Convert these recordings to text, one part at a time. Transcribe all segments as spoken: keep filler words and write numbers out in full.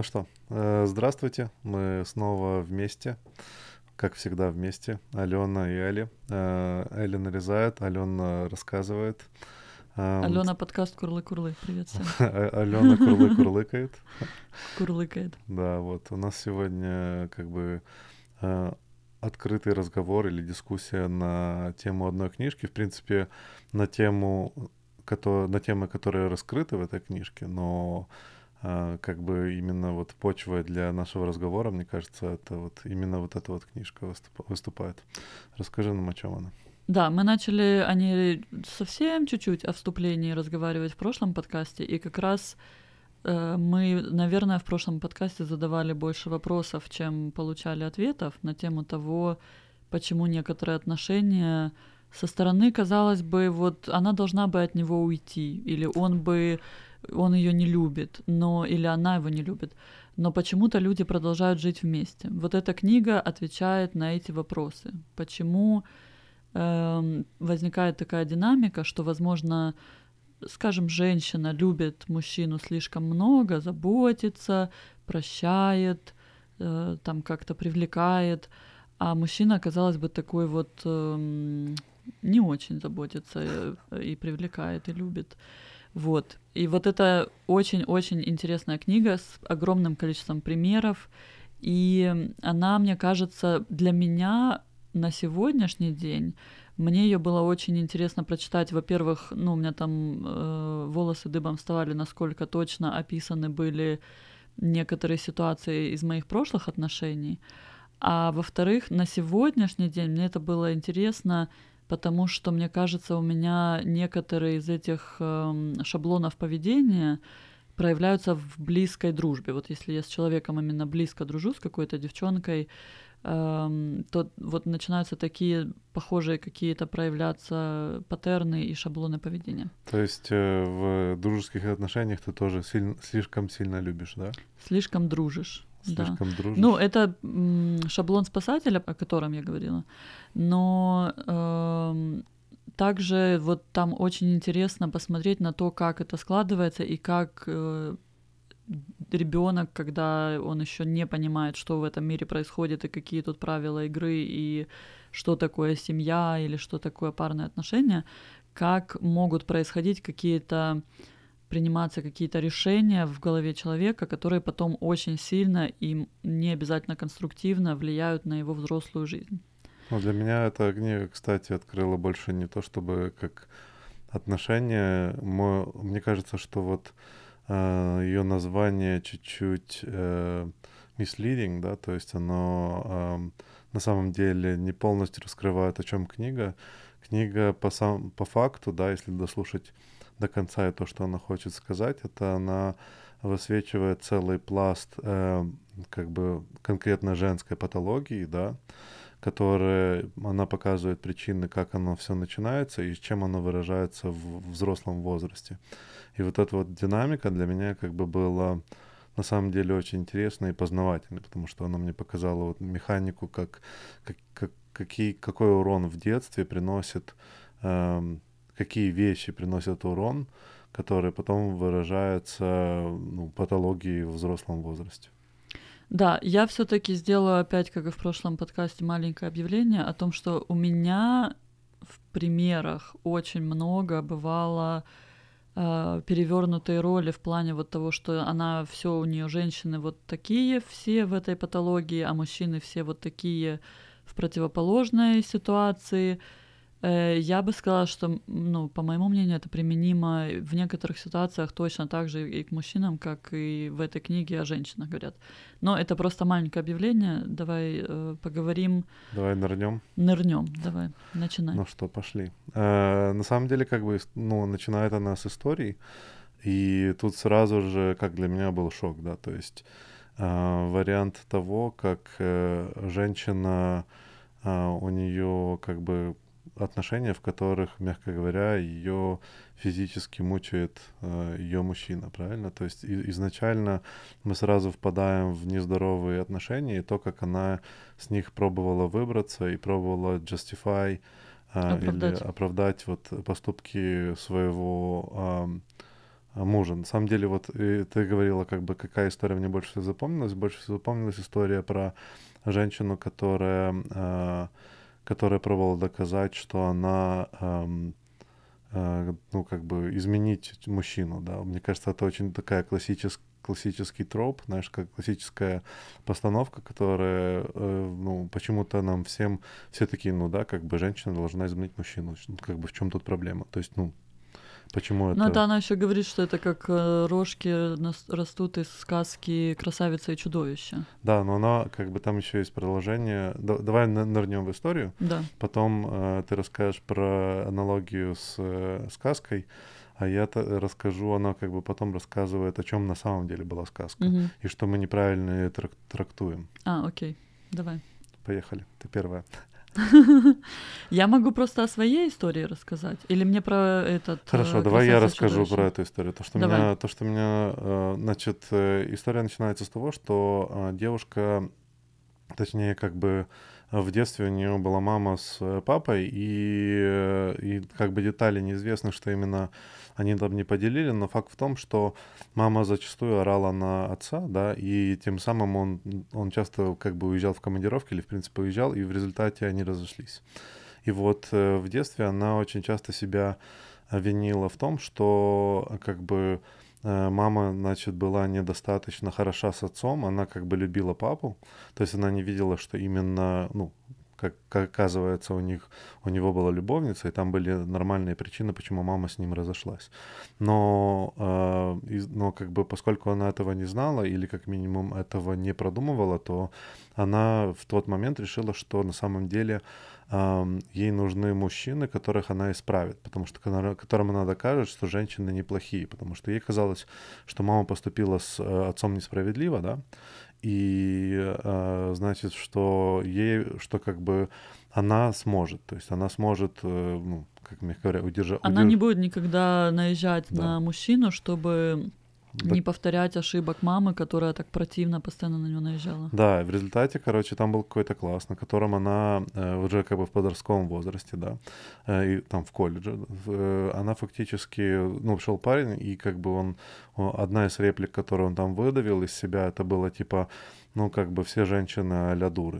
что, э, здравствуйте, мы снова вместе, как всегда вместе, Алена и Эли. Э, Эли нарезает, Алена рассказывает. Эм, Алена, подкаст Курлы-Курлы. Привет всем. А- Алена курлы-курлыкает. Курлыкает. Да, вот у нас сегодня как бы э, открытый разговор или дискуссия на тему одной книжки, в принципе, на тему, кото- на темы, которые раскрыты в этой книжке, но а, как бы именно вот почвой для нашего разговора, мне кажется, это вот именно вот эта вот книжка выступ- выступает. Расскажи нам, о чем она. Да, мы начали о ней совсем чуть-чуть о вступлении разговаривать в прошлом подкасте, и как раз э, мы, наверное, в прошлом подкасте задавали больше вопросов, чем получали ответов на тему того, почему некоторые отношения со стороны, казалось бы, вот она должна бы от него уйти, или он бы, он ее не любит, но или она его не любит, но почему-то люди продолжают жить вместе. Вот эта книга отвечает на эти вопросы. Почему эм, возникает такая динамика, что, возможно, скажем, женщина любит мужчину слишком много, заботится, прощает, э, там как-то привлекает, а мужчина, казалось бы, такой вот эм, не очень заботится э, и привлекает, и любит. Вот. И вот это очень-очень интересная книга с огромным количеством примеров, и она, мне кажется, для меня на сегодняшний день мне ее было очень интересно прочитать. Во-первых, ну, у меня там э, волосы дыбом вставали, насколько точно описаны были некоторые ситуации из моих прошлых отношений. А во-вторых, на сегодняшний день мне это было интересно, потому что, мне кажется, у меня некоторые из этих э, шаблонов поведения проявляются в близкой дружбе. Вот если я с человеком именно близко дружу, с какой-то девчонкой, эм, то вот начинаются такие похожие какие-то проявляться паттерны и шаблоны поведения. То есть э, в дружеских отношениях ты тоже сильно, слишком сильно любишь, да? Слишком дружишь. Да. Слишком Ну, дружишь. это м, шаблон спасателя, о котором я говорила. Но эм, также вот там очень интересно посмотреть на то, как это складывается и как э, ребенок, когда он еще не понимает, что в этом мире происходит и какие тут правила игры и что такое семья или что такое парные отношения, как могут происходить какие-то приниматься какие-то решения в голове человека, которые потом очень сильно и не обязательно конструктивно влияют на его взрослую жизнь. Ну, для меня эта книга, кстати, открыла больше не то чтобы как отношения. Мо- Мне кажется, что вот ее название чуть-чуть э, misleading, да, то есть оно ам, на самом деле не полностью раскрывает, о чем книга. Книга по, сам, по факту, да, если дослушать до конца и то, что она хочет сказать, это она высвечивает целый пласт э, как бы конкретно женской патологии, да, которая, она показывает причины, как оно все начинается и чем оно выражается в взрослом возрасте. И вот эта вот динамика для меня как бы была на самом деле очень интересной и познавательной, потому что она мне показала вот механику, как, как, как какие, какой урон в детстве приносит, эм, какие вещи приносят урон, которые потом выражаются, ну, патологией в взрослом возрасте. Да, я все-таки сделаю опять, как и в прошлом подкасте, маленькое объявление о том, что у меня в примерах очень много бывало э, перевернутые роли в плане вот того, что она все у нее женщины вот такие все в этой патологии, а мужчины все вот такие в противоположной ситуации. Э, Я бы сказала, что, ну, по моему мнению, это применимо в некоторых ситуациях точно так же и к мужчинам, как и в этой книге о женщинах говорят. Но это просто маленькое объявление. Давай э, поговорим, Давай нырнем. нырнем. Давай, начинай. Ну что, пошли. Э, на самом деле, как бы, ну, начинает она с истории, и тут сразу же, как для меня, был шок, да, то есть э, вариант того, как э, женщина, э, у нее как бы отношения, в которых, мягко говоря, ее физически мучает э, ее мужчина, правильно? То есть и- изначально мы сразу впадаем в нездоровые отношения, и то, как она с них пробовала выбраться и пробовала justify а, или Оправдать. оправдать вот поступки своего ам, мужа. На самом деле, вот ты говорила, как бы, какая история мне больше всего запомнилась. Больше всего запомнилась история про женщину, которая, э, которая пробовала доказать, что она, э, э, ну, как бы, изменить мужчину, да. Мне кажется, это очень такая классическая классический троп, знаешь, как классическая постановка, которая, э, ну, почему-то нам всем, все такие, ну да, как бы женщина должна изменить мужчину. Ну, как бы в чем тут проблема? То есть, ну, почему Но это... это она еще говорит, что это как э, рожки нас- растут из сказки «Красавица и чудовище». Да, но она, как бы там еще есть продолжение. Да- давай на- нырнем в историю, Да. потом э, ты расскажешь про аналогию с э, сказкой, а я расскажу, она как бы потом рассказывает, о чем на самом деле была сказка, Мгм. и что мы неправильно ее трак- трактуем. А, окей, давай. Поехали, ты первая. Я могу просто о своей истории рассказать? Или мне про этот Хорошо, э, давай я «Красавица и расскажу про чудовище»? эту историю. То, что Давай. меня, то, что меня, э, значит, э, история начинается с того, что э, девушка, точнее, как бы э, в детстве у нее была мама с э, папой, и, э, и как бы детали неизвестны, что именно они там не поделили, но факт в том, что мама зачастую орала на отца, да, и тем самым он, он часто как бы уезжал в командировки или, в принципе, уезжал, и в результате они разошлись. И вот э, в детстве она очень часто себя э, винила в том, что э, как бы э, мама, значит, была недостаточно хороша с отцом, она как бы любила папу, то есть она не видела, что именно, ну, как, как оказывается, у них, у него была любовница, и там были нормальные причины, почему мама с ним разошлась. Но, э, из- но как бы поскольку она этого не знала или как минимум этого не продумывала, то она в тот момент решила, что на самом деле ам, ей нужны мужчины, которых она исправит, потому что кона- которым она докажет, что женщины неплохие, потому что ей казалось, что мама поступила с э, отцом несправедливо, да, и э, значит, что ей, что как бы она сможет, то есть она сможет, э, ну, как мне говорят, удержать, Она не будет никогда наезжать да, на мужчину, чтобы да, не повторять ошибок мамы, которая так противно постоянно на него наезжала. да, в результате, короче, там был какой-то класс, на котором она э, уже как бы в подростковом возрасте, да, э, и там в колледже, в- э, она фактически, ну, шел парень, и как бы он, о, одна из реплик, которую он там выдавил из себя, это было типа, ну, как бы все женщины а-ля дуры.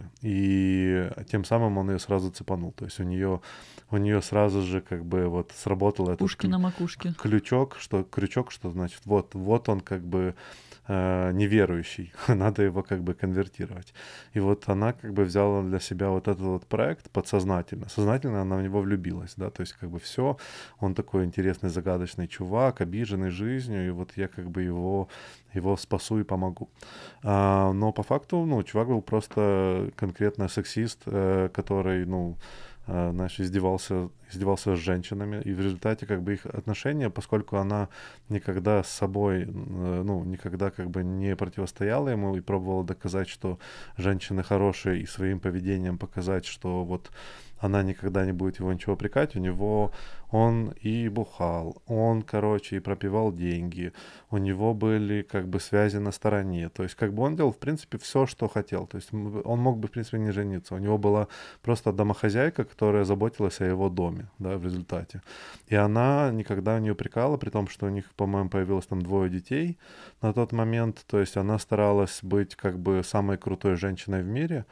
И тем самым он ее сразу цепанул, то есть у нее, у нее сразу же как бы вот сработал этот Ушки клю- на макушке. ключок, что крючок, что значит, вот, вот он как бы э, неверующий, надо его как бы конвертировать. И вот она как бы взяла для себя вот этот вот проект подсознательно. Сознательно она в него влюбилась, да, то есть как бы все, он такой интересный, загадочный чувак, обиженный жизнью, и вот я как бы его, его спасу и помогу. А, но по факту, ну, чувак был просто конкретно сексист, э, который, ну, э, знаешь, издевался, издевался с женщинами, и в результате как бы их отношения, поскольку она никогда с собой, э, ну, никогда как бы не противостояла ему и пробовала доказать, что женщины хорошие, и своим поведением показать, что вот она никогда не будет его ничего упрекать, у него он и бухал, он, короче, и пропивал деньги, у него были как бы связи на стороне, то есть как бы он делал, в принципе, все, что хотел, то есть м, он мог бы, в принципе, не жениться, у него была просто домохозяйка, которая заботилась о его доме, да, в результате. И она никогда не упрекала, при том, что у них, по-моему, появилось там двое детей на тот момент. То есть она старалась быть как бы самой крутой женщиной в мире.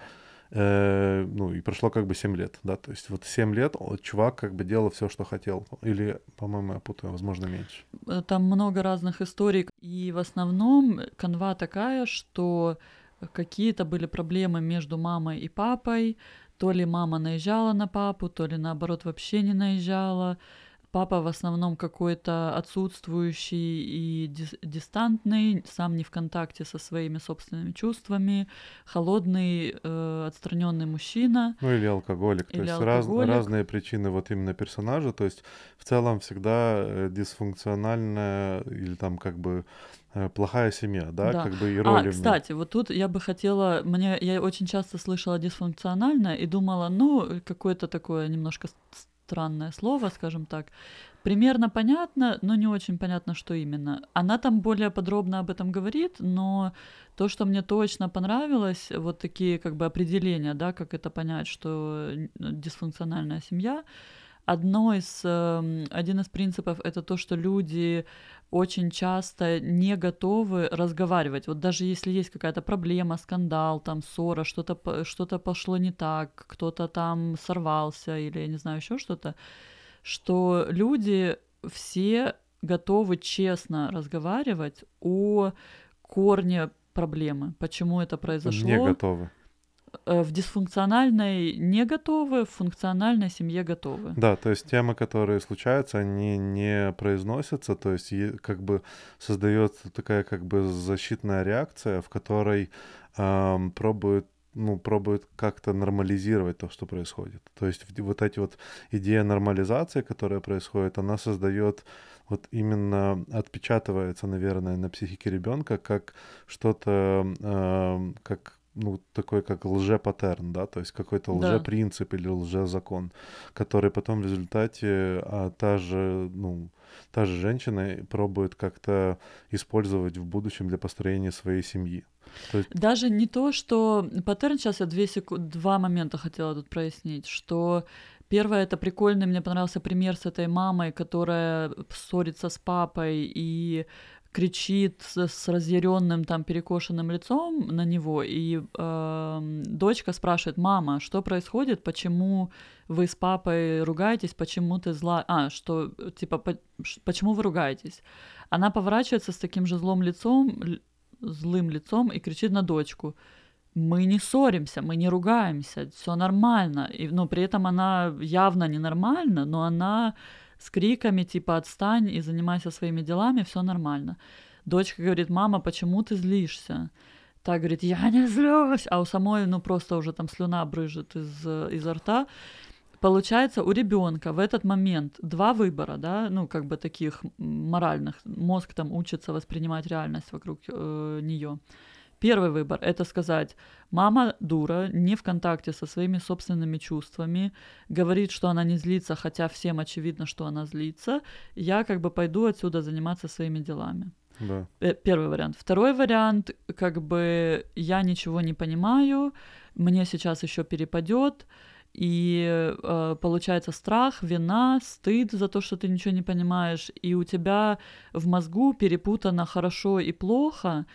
Э, ну, и прошло как бы семь лет, да. То есть вот семь лет о, чувак как бы делал все, что хотел. Или, по-моему, я путаю, возможно, меньше. Э, Там много разных историй, и в основном канва такая, что какие-то были проблемы между мамой и папой, то ли мама наезжала на папу, то ли наоборот вообще не наезжала. Папа в основном какой-то отсутствующий и дис- дистантный, сам не в контакте со своими собственными чувствами, холодный, э, отстраненный мужчина Ну или алкоголик. То или есть раз, алкоголик. разные причины вот именно персонажа. То есть в целом всегда э, дисфункциональная или там как бы э, плохая семья, да, Да. как бы и А, роли в ней. кстати, вот тут я бы хотела, мне я очень часто слышала дисфункциональное и думала, ну, какое-то такое немножко с- странное слово, скажем так. Примерно понятно, но не очень понятно, что именно. Она там более подробно об этом говорит, но то, что мне точно понравилось, вот такие как бы определения, да, как это понять, что н- дисфункциональная семья, одно из, эм, один из принципов — это то, что люди очень часто не готовы разговаривать. Вот даже если есть какая-то проблема, скандал, там, ссора, что-то, по- что-то пошло не так, кто-то там сорвался или, я не знаю, еще что-то, что люди все готовы честно разговаривать о корне проблемы, почему это Не произошло. готовы. Э, В дисфункциональной не готовы, в функциональной семье готовы. Да, то есть темы, которые случаются, они не произносятся, то есть е- как бы создается такая как бы защитная реакция, в которой ам, пробуют ну, пробуют как-то нормализировать то, что происходит. То есть в- вот эти вот идея нормализации, которая происходит, она создает вот именно отпечатывается, наверное, на психике ребенка как что-то, ам, как ну, такой как лжепаттерн, да, то есть какой-то Да. лжепринцип или лжезакон, который потом в результате а, та же, ну, та же женщина пробует как-то использовать в будущем для построения своей семьи. То есть, Даже не то, что паттерн, сейчас я две секу... два момента хотела тут прояснить, что первое, это прикольный, мне понравился пример с этой мамой, которая ссорится с папой и кричит с, с разъяренным там перекошенным лицом на него, и эм, дочка спрашивает: мама, что происходит, почему вы с папой ругаетесь, почему ты зла, а, что, типа, по- ш- почему вы ругаетесь? Она поворачивается с таким же злым лицом, л- злым лицом и кричит на дочку: мы не ссоримся, мы не ругаемся, все нормально. И, ну, при этом она явно ненормальна, но она с криками типа «отстань и занимайся своими делами, все нормально». Дочка говорит: мама, почему ты злишься? Та говорит: я не злюсь, а у самой, ну, просто уже там слюна брызжет из, изо рта. Получается, у ребенка в этот момент два выбора, да, ну, как бы таких моральных. Мозг там учится воспринимать реальность вокруг э, нее. Первый выбор — это сказать: мама дура, не в контакте со своими собственными чувствами, говорит, что она не злится, хотя всем очевидно, что она злится, я как бы пойду отсюда заниматься своими делами. да, Э, Первый вариант. Второй вариант, как бы я ничего не понимаю, мне сейчас еще перепадет, и э, получается страх, вина, стыд за то, что ты ничего не понимаешь, и у тебя в мозгу перепутано хорошо и плохо,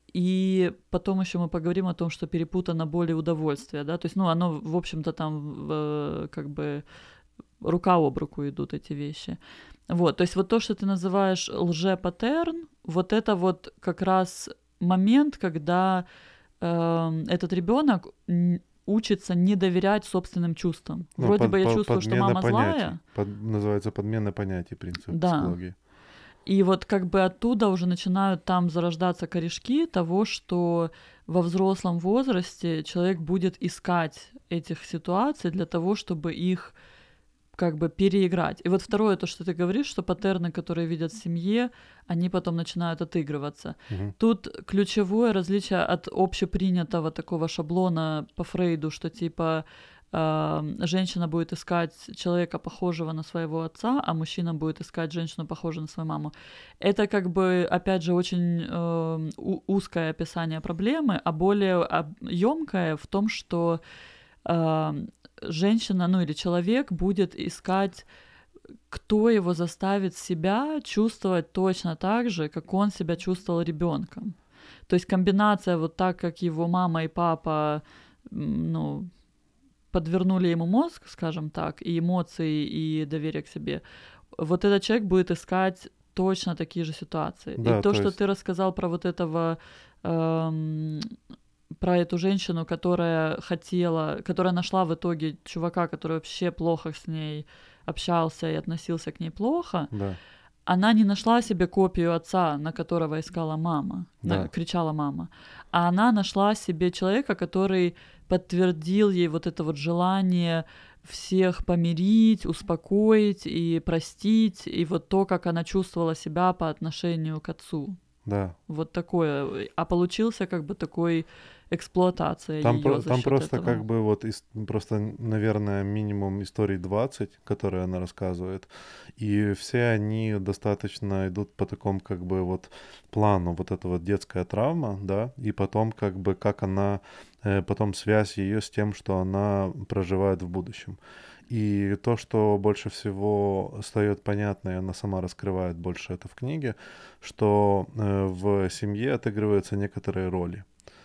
и потом еще мы поговорим о том, что перепутано боль и удовольствие, да, то есть, ну, оно, в общем-то, там в, как бы рука об руку идут эти вещи. Вот, то есть вот то, что ты называешь лжепаттерн, вот это вот как раз момент, когда э, этот ребенок учится не доверять собственным чувствам. ну, Вроде под- бы я по- чувствую, что подмена мама понятий, злая, под- называется подмена понятий принцип да, психологии. и вот как бы оттуда уже начинают там зарождаться корешки того, что во взрослом возрасте человек будет искать этих ситуаций для того, чтобы их как бы переиграть. И вот второе, то, что ты говоришь, что паттерны, которые видят в семье, они потом начинают отыгрываться. Мгм. Тут ключевое различие от общепринятого такого шаблона по Фрейду, что типа э, женщина будет искать человека, похожего на своего отца, а мужчина будет искать женщину, похожую на свою маму. Это как бы, опять же, очень э, у- узкое описание проблемы, а более емкое в том, что э, женщина, ну или человек будет искать, кто его заставит себя чувствовать точно так же, как он себя чувствовал ребенком. То есть комбинация вот так, как его мама и папа, ну, подвернули ему мозг, скажем так, и эмоции, и доверие к себе, вот этот человек будет искать точно такие же ситуации. И Да, то, то что есть, ты рассказал про вот этого эм, про эту женщину, которая хотела, которая нашла в итоге чувака, который вообще плохо с ней общался и относился к ней плохо, да, она не нашла себе копию отца, на которого искала мама, на, да, кричала мама, а она нашла себе человека, который подтвердил ей вот это вот желание всех помирить, успокоить и простить, и вот то, как она чувствовала себя по отношению к отцу. да. Вот такое. А получился как бы такой эксплуатация Там, ее про- за там счет просто этого. как бы вот, ис- просто, наверное, минимум историй двадцать, которые она рассказывает, и все они достаточно идут по такому как бы вот плану, вот эта вот детская травма, да, и потом как бы как она, э, потом связь ее с тем, что она проживает в будущем. И то, что больше всего стает понятно, и она сама раскрывает больше это в книге, что э, в семье отыгрываются некоторые роли.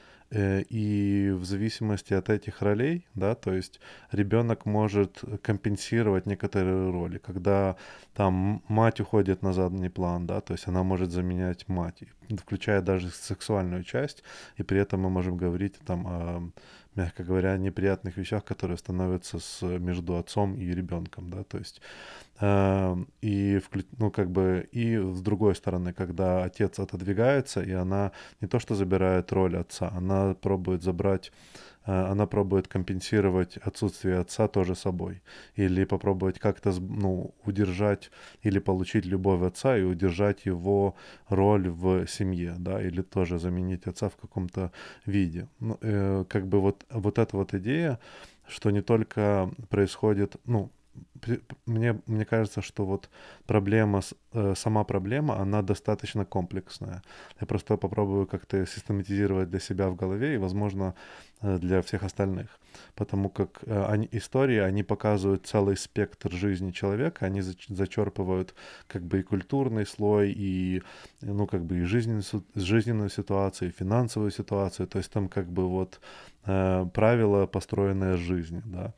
Э, И в зависимости от этих ролей, да, то есть ребенок может компенсировать некоторые роли, когда там мать уходит на задний план, да, то есть она может заменять мать, и включая даже сексуальную часть, и при этом мы можем говорить там о, мягко говоря, о неприятных вещах, которые становятся с, между отцом и ребенком, да, то есть Э, И, вклю- ну, как бы, и с другой стороны, когда отец отодвигается, и она не то что забирает роль отца, она пробует забрать, э, она пробует компенсировать отсутствие отца тоже собой. Или попробовать как-то, с- ну, удержать или получить любовь отца и удержать его роль в семье, да, или тоже заменить отца в каком-то виде. Ну, э, как бы вот, вот эта вот идея, что не только происходит, ну, Пре- мне, мне кажется, что вот проблема, с- э, сама проблема, она достаточно комплексная. Я просто попробую как-то систематизировать для себя в голове и, возможно, э, для всех остальных. Потому как э, они, истории, они показывают целый спектр жизни человека, они зач- зачерпывают как бы и культурный слой, и, э, ну, как бы и жизненную, су- жизненную ситуацию, и финансовую ситуацию. То есть там как бы вот э, правила, построенные жизнью, да.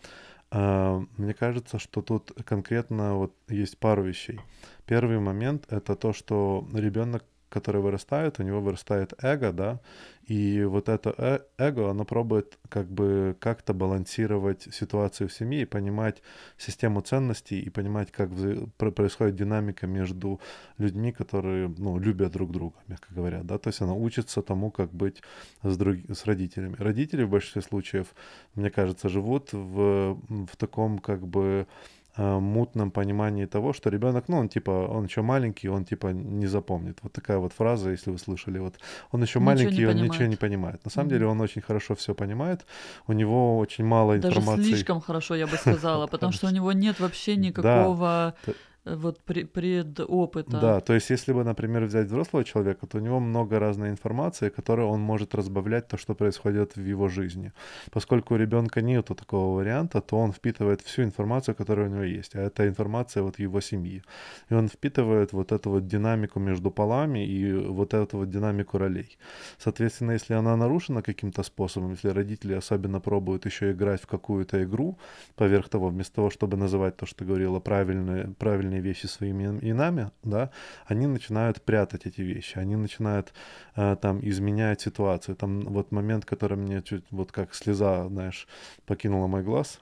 А, Мне кажется, что тут конкретно вот есть пару вещей. Первый момент — это то, что ребенок, который вырастает, у него вырастает эго, да, и вот это э- эго, оно пробует как бы как-то балансировать ситуацию в семье и понимать систему ценностей и понимать, как вза- про- происходит динамика между людьми, которые, ну, любят друг друга, мягко говоря, да, то есть она учится тому, как быть с, друг... с родителями. Родители в большинстве случаев, мне кажется, живут в, в таком как бы э, мутном понимании того, что ребенок, ну, он типа, он еще маленький, он типа не запомнит. Вот такая вот фраза, если вы слышали, вот он еще Ничего не маленький, он ничего не понимает. понимает. На самом деле Мгм. он очень хорошо все понимает, у него очень мало Даже информации. слишком хорошо, я бы сказала, потому Потому что у что- него нет вообще Да, никакого э, вот пре- предопыта. да, то есть если бы, например, взять взрослого человека, то у него много разной информации, которой он может разбавлять то, что происходит в его жизни. Поскольку у ребенка нету такого варианта, то он впитывает всю информацию, которая у него есть, а это информация вот его семьи. И он впитывает вот эту вот динамику между полами и вот эту вот динамику ролей. Соответственно, если она нарушена каким-то способом, если родители особенно пробуют еще играть в какую-то игру, поверх того, вместо того, чтобы называть то, что ты говорила, правильные, правильные вещи своими им- именами, да, они начинают прятать эти вещи, они начинают э, там изменять ситуацию. Там вот момент, который мне чуть вот как слеза, знаешь, покинула мой глаз,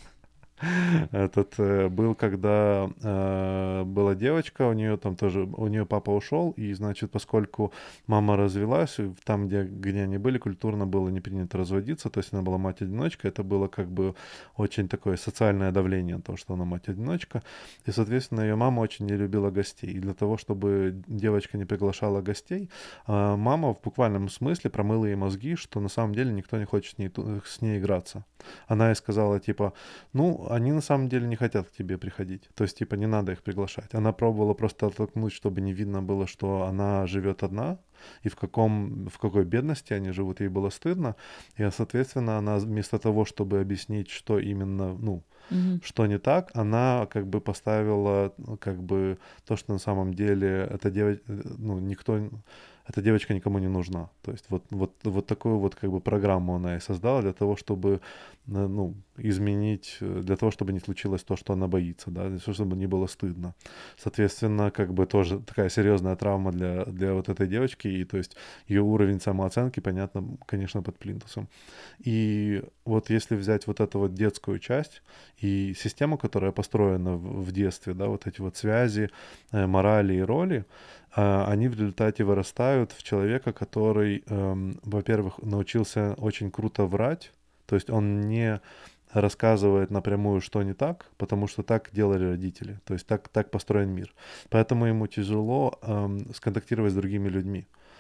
этот э, был, когда э, была девочка, у нее там тоже, у нее папа ушел, и, значит, поскольку мама развелась, и там, где, где они были, культурно было не принято разводиться, то есть она была мать-одиночка, это было как бы очень такое социальное давление на то, что она мать-одиночка, и, соответственно, ее мама очень не любила гостей, и для того, чтобы девочка не приглашала гостей, э, мама в буквальном смысле промыла ей мозги, что на самом деле никто не хочет с ней, ту- с ней играться. Она ей сказала, типа, ну, они на самом деле не хотят к тебе приходить. То есть, типа, не надо их приглашать. Она пробовала просто оттолкнуть, чтобы не видно было, что она живет одна, и в каком, в какой бедности они живут, ей было стыдно. И, соответственно, она вместо того, чтобы объяснить, что именно, ну, Мгм. что не так, она как бы поставила, ну, как бы то, что на самом деле эта девочка, ну, никто, эта девочка никому не нужна. То есть вот, вот, вот такую вот как бы программу она и создала для того, чтобы, э, ну, изменить, э, для того, чтобы не случилось то, что она боится, да, для того, чтобы не было стыдно. Соответственно, как бы тоже такая серьезная травма для, для вот этой девочки, и то есть ее уровень самооценки, понятно, конечно, под плинтусом. И вот если взять вот эту вот детскую часть и систему, которая построена в, в детстве, да, вот эти вот связи, э, морали и роли, а, они в результате вырастают в человека, который, эм, во-первых, научился очень круто врать, то есть он не рассказывает напрямую, что не так, потому что так делали родители, то есть так, так построен мир. Поэтому ему тяжело эм, сконтактировать с другими людьми.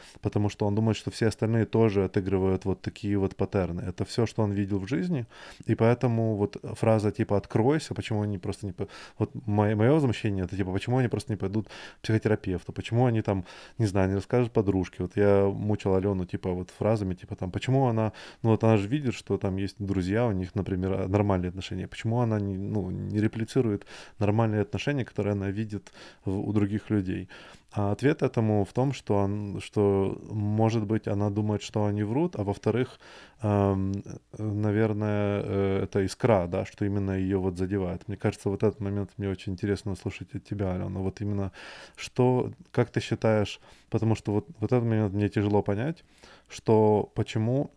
потому что он думает, что все остальные тоже отыгрывают вот такие вот паттерны. Это все, что он видел в жизни, и поэтому вот фраза типа «откройся», почему они просто не... по- Вот мое, мое возмущение — это типа, почему они просто не пойдут к психотерапевту, почему они там, не знаю, не расскажут подружке. Вот я мучил Алену типа вот фразами, типа там, почему она, ну вот она же видит, что там есть друзья, у них, например, нормальные отношения, почему она не, ну, не реплицирует нормальные отношения, которые она видит в- у других людей. А ответ этому в том, что, он, что, может быть, она думает, что они врут, а во-вторых, эм, э, наверное, э, это искра, да, что именно ее вот задевает. Мне кажется, вот этот момент мне очень интересно услышать от тебя, Алена. Вот именно что, как ты считаешь, потому что вот, вот этот момент мне тяжело понять, что почему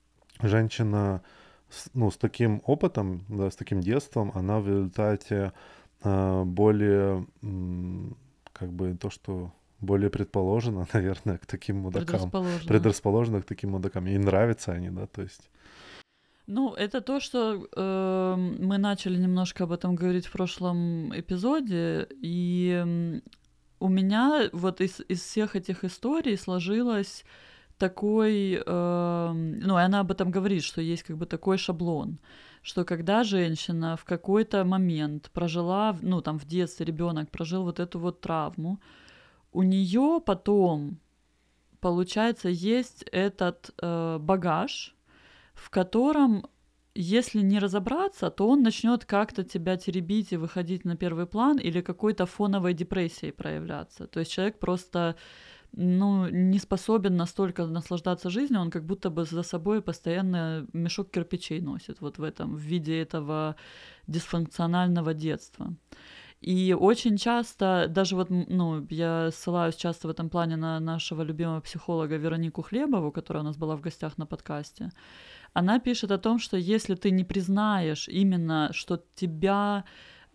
женщина с, ну, с таким опытом, да, с таким детством, она в результате э, более, м, как бы то, что более предположена, наверное, к таким мудакам, Предрасположена. предрасположена к таким мудакам. Ей нравятся они, да, то есть. Ну, это то, что э, мы начали немножко об этом говорить в прошлом эпизоде, и м, у меня вот из, из всех этих историй сложилось такой, э, ну, и она об этом говорит, что есть как бы такой шаблон, что когда женщина в какой-то момент прожила, ну, там в детстве ребенок прожил вот эту вот травму, у нее потом, получается, есть этот э, багаж, в котором, если не разобраться, то он начнет как-то тебя теребить и выходить на первый план или какой-то фоновой депрессией проявляться. То есть человек просто, ну, не способен настолько наслаждаться жизнью, он как будто бы за собой постоянно мешок кирпичей носит вот в этом, в виде этого дисфункционального детства. И очень часто, даже вот, ну, я ссылаюсь часто в этом плане на нашего любимого психолога Веронику Хлебову, которая у нас была в гостях на подкасте. Она пишет о том, что если ты не признаешь именно, что тебя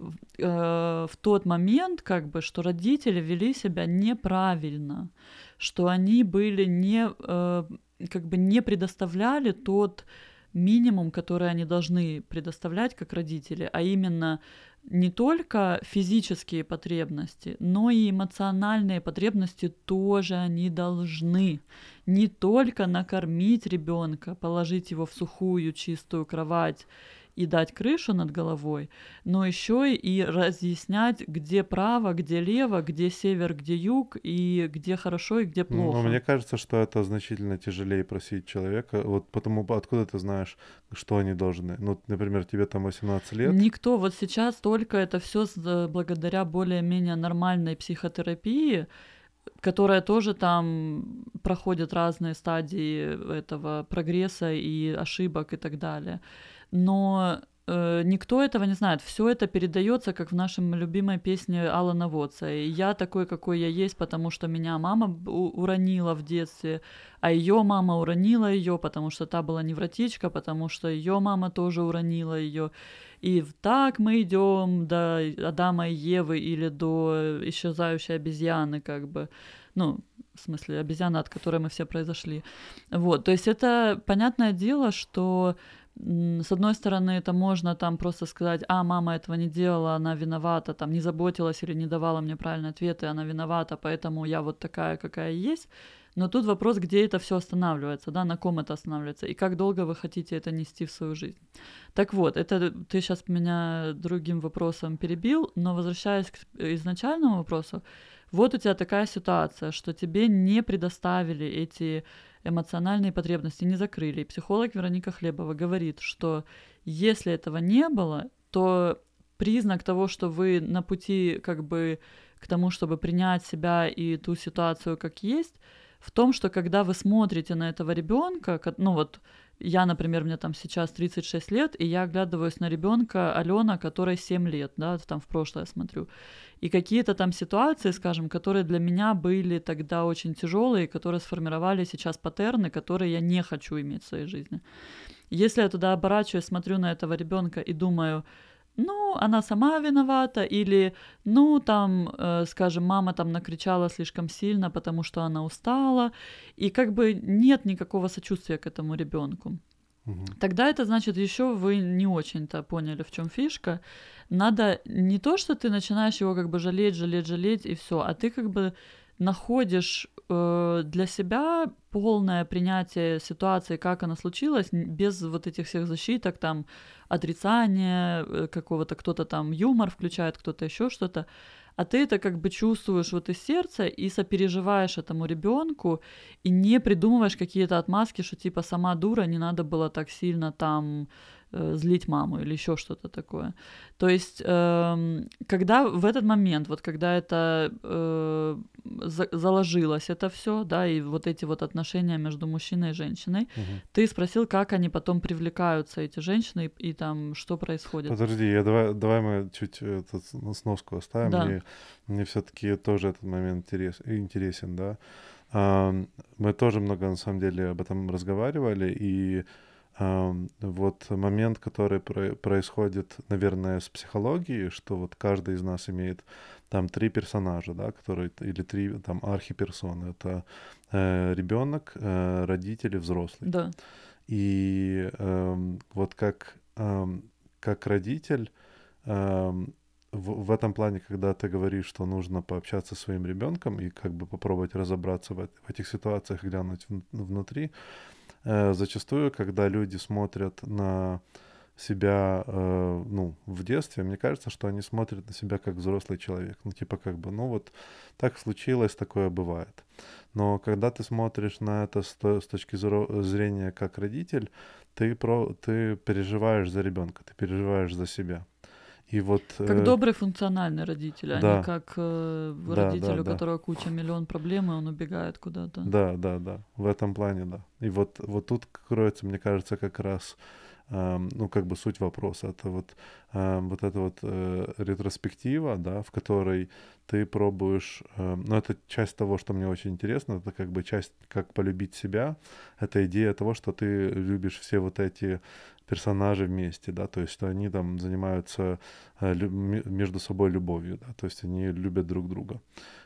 э, в тот момент, как бы, что родители вели себя неправильно, что они были не, э, как бы не предоставляли тот минимум, который они должны предоставлять как родители, а именно не только физические потребности, но и эмоциональные потребности тоже они должны. Не только накормить ребенка, положить его в сухую чистую кровать и дать крышу над головой, но еще и разъяснять, где право, где лево, где север, где юг, и где хорошо, и где Но плохо. мне кажется, что это значительно тяжелее просить человека. Вот потому откуда ты знаешь, что они должны? Ну, например, тебе там восемнадцать лет. Никто вот сейчас только это все благодаря более-менее нормальной психотерапии, которая тоже там проходит разные стадии этого прогресса и ошибок и так далее. Но э, никто этого не знает. Все это передается, как в нашей любимой песне Алана Вотса. И я такой, какой я есть, потому что меня мама уронила в детстве, а ее мама уронила ее, потому что та была невротичка, потому что ее мама тоже уронила ее. И так мы идем до Адама и Евы или до исчезающей обезьяны, как бы. Ну, в смысле, обезьяна, от которой мы все произошли. Вот, то есть это понятное дело, что с одной стороны, это можно там просто сказать, а, мама этого не делала, она виновата, там, не заботилась или не давала мне правильные ответы, она виновата, поэтому я вот такая, какая есть. Но тут вопрос, где это все останавливается, да, на ком это останавливается, и как долго вы хотите это нести в свою жизнь. Так вот, это ты сейчас меня другим вопросом перебил, но возвращаясь к изначальному вопросу, вот у тебя такая ситуация, что тебе не предоставили эти эмоциональные потребности, не закрыли. И психолог Вероника Хлебова говорит, что если этого не было, то признак того, что вы на пути как бы к тому, чтобы принять себя и ту ситуацию как есть, в том, что когда вы смотрите на этого ребенка, ну вот я, например, мне там сейчас тридцать шесть лет, и я оглядываюсь на ребенка Алена, которой семь лет, да, там в прошлое смотрю. И какие-то там ситуации, скажем, которые для меня были тогда очень тяжелые, которые сформировали сейчас паттерны, которые я не хочу иметь в своей жизни. Если я туда оборачиваюсь, смотрю на этого ребенка и думаю, ну, она сама виновата, или, ну, там, э, скажем, мама там накричала слишком сильно, потому что она устала, и как бы нет никакого сочувствия к этому ребенку. Угу. Тогда это значит, еще вы не очень-то поняли, в чем фишка. Надо не то, что ты начинаешь его как бы жалеть, жалеть, жалеть, и все, а ты как бы находишь э, для себя полное принятие ситуации, как она случилась, н- без вот этих всех защиток, там, отрицания э, какого-то, кто-то там юмор включает, кто-то еще что-то, а ты это как бы чувствуешь вот из сердца и сопереживаешь этому ребенку и не придумываешь какие-то отмазки, что типа сама дура, не надо было так сильно там э, злить маму или еще что-то такое. То есть, эм, когда в этот момент, вот когда это э, за- заложилось это все, да, и вот эти вот отношения между мужчиной и женщиной, Мгм. ты спросил, как они потом привлекаются, эти женщины, и, и там что происходит. Подожди, я давай, давай мы чуть этот, ну, сноску оставим. Да. Мне, мне все-таки тоже этот момент интерес, интересен, да. Ам, мы тоже много, на самом деле, об этом разговаривали, и ам, вот момент, который про- происходит, наверное, с психологией, что вот каждый из нас имеет там три персонажа, да, которые, или три там архиперсоны. Это э, ребенок, э, родители, взрослый. Да. И эм, вот как, эм, как родитель, эм, в, в этом плане, когда ты говоришь, что нужно пообщаться со своим ребенком и как бы попробовать разобраться в, эт- в этих ситуациях, глянуть вн- внутри, э, зачастую, когда люди смотрят на себя, э, ну, в детстве, мне кажется, что они смотрят на себя как взрослый человек. Ну, типа, как бы, ну, вот так случилось, такое бывает. Но когда ты смотришь на это с, то- с точки зро- зрения как родитель, ты, про, ты переживаешь за ребенка, ты переживаешь за себя. И вот, Как э, добрый функциональный родитель, а не да, как э, да, да, родитель, у да. которого куча миллион проблем, и он убегает куда-то. Да, да, да, в этом плане, да. И вот, вот тут кроется, мне кажется, как раз, ам, ну, как бы суть вопроса. Это вот, ам, вот эта вот э, ретроспектива, да, в которой ты пробуешь, эм, ну, это часть того, что мне очень интересно, это как бы часть, как полюбить себя, это идея того, что ты любишь все вот эти персонажи вместе, да, то есть что они там занимаются э, лю- ме- между собой любовью, да, то есть они любят друг друга.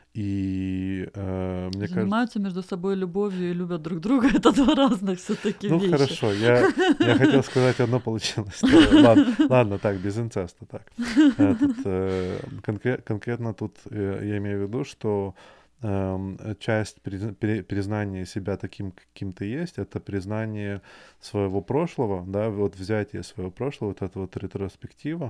И э, мне кажется, Занимаются между собой любовью и любят друг друга. Это два разных все-таки ну вещи. хорошо, я, я хотел сказать, одно получилось. второе. Ладно, ладно, так, без инцеста, так. Этот, э, конкре- конкретно тут э, я имею в виду, что эм, часть приз- пере- признания себя таким, каким ты есть, это признание своего прошлого, да, вот взятие своего прошлого, вот это вот ретроспектива,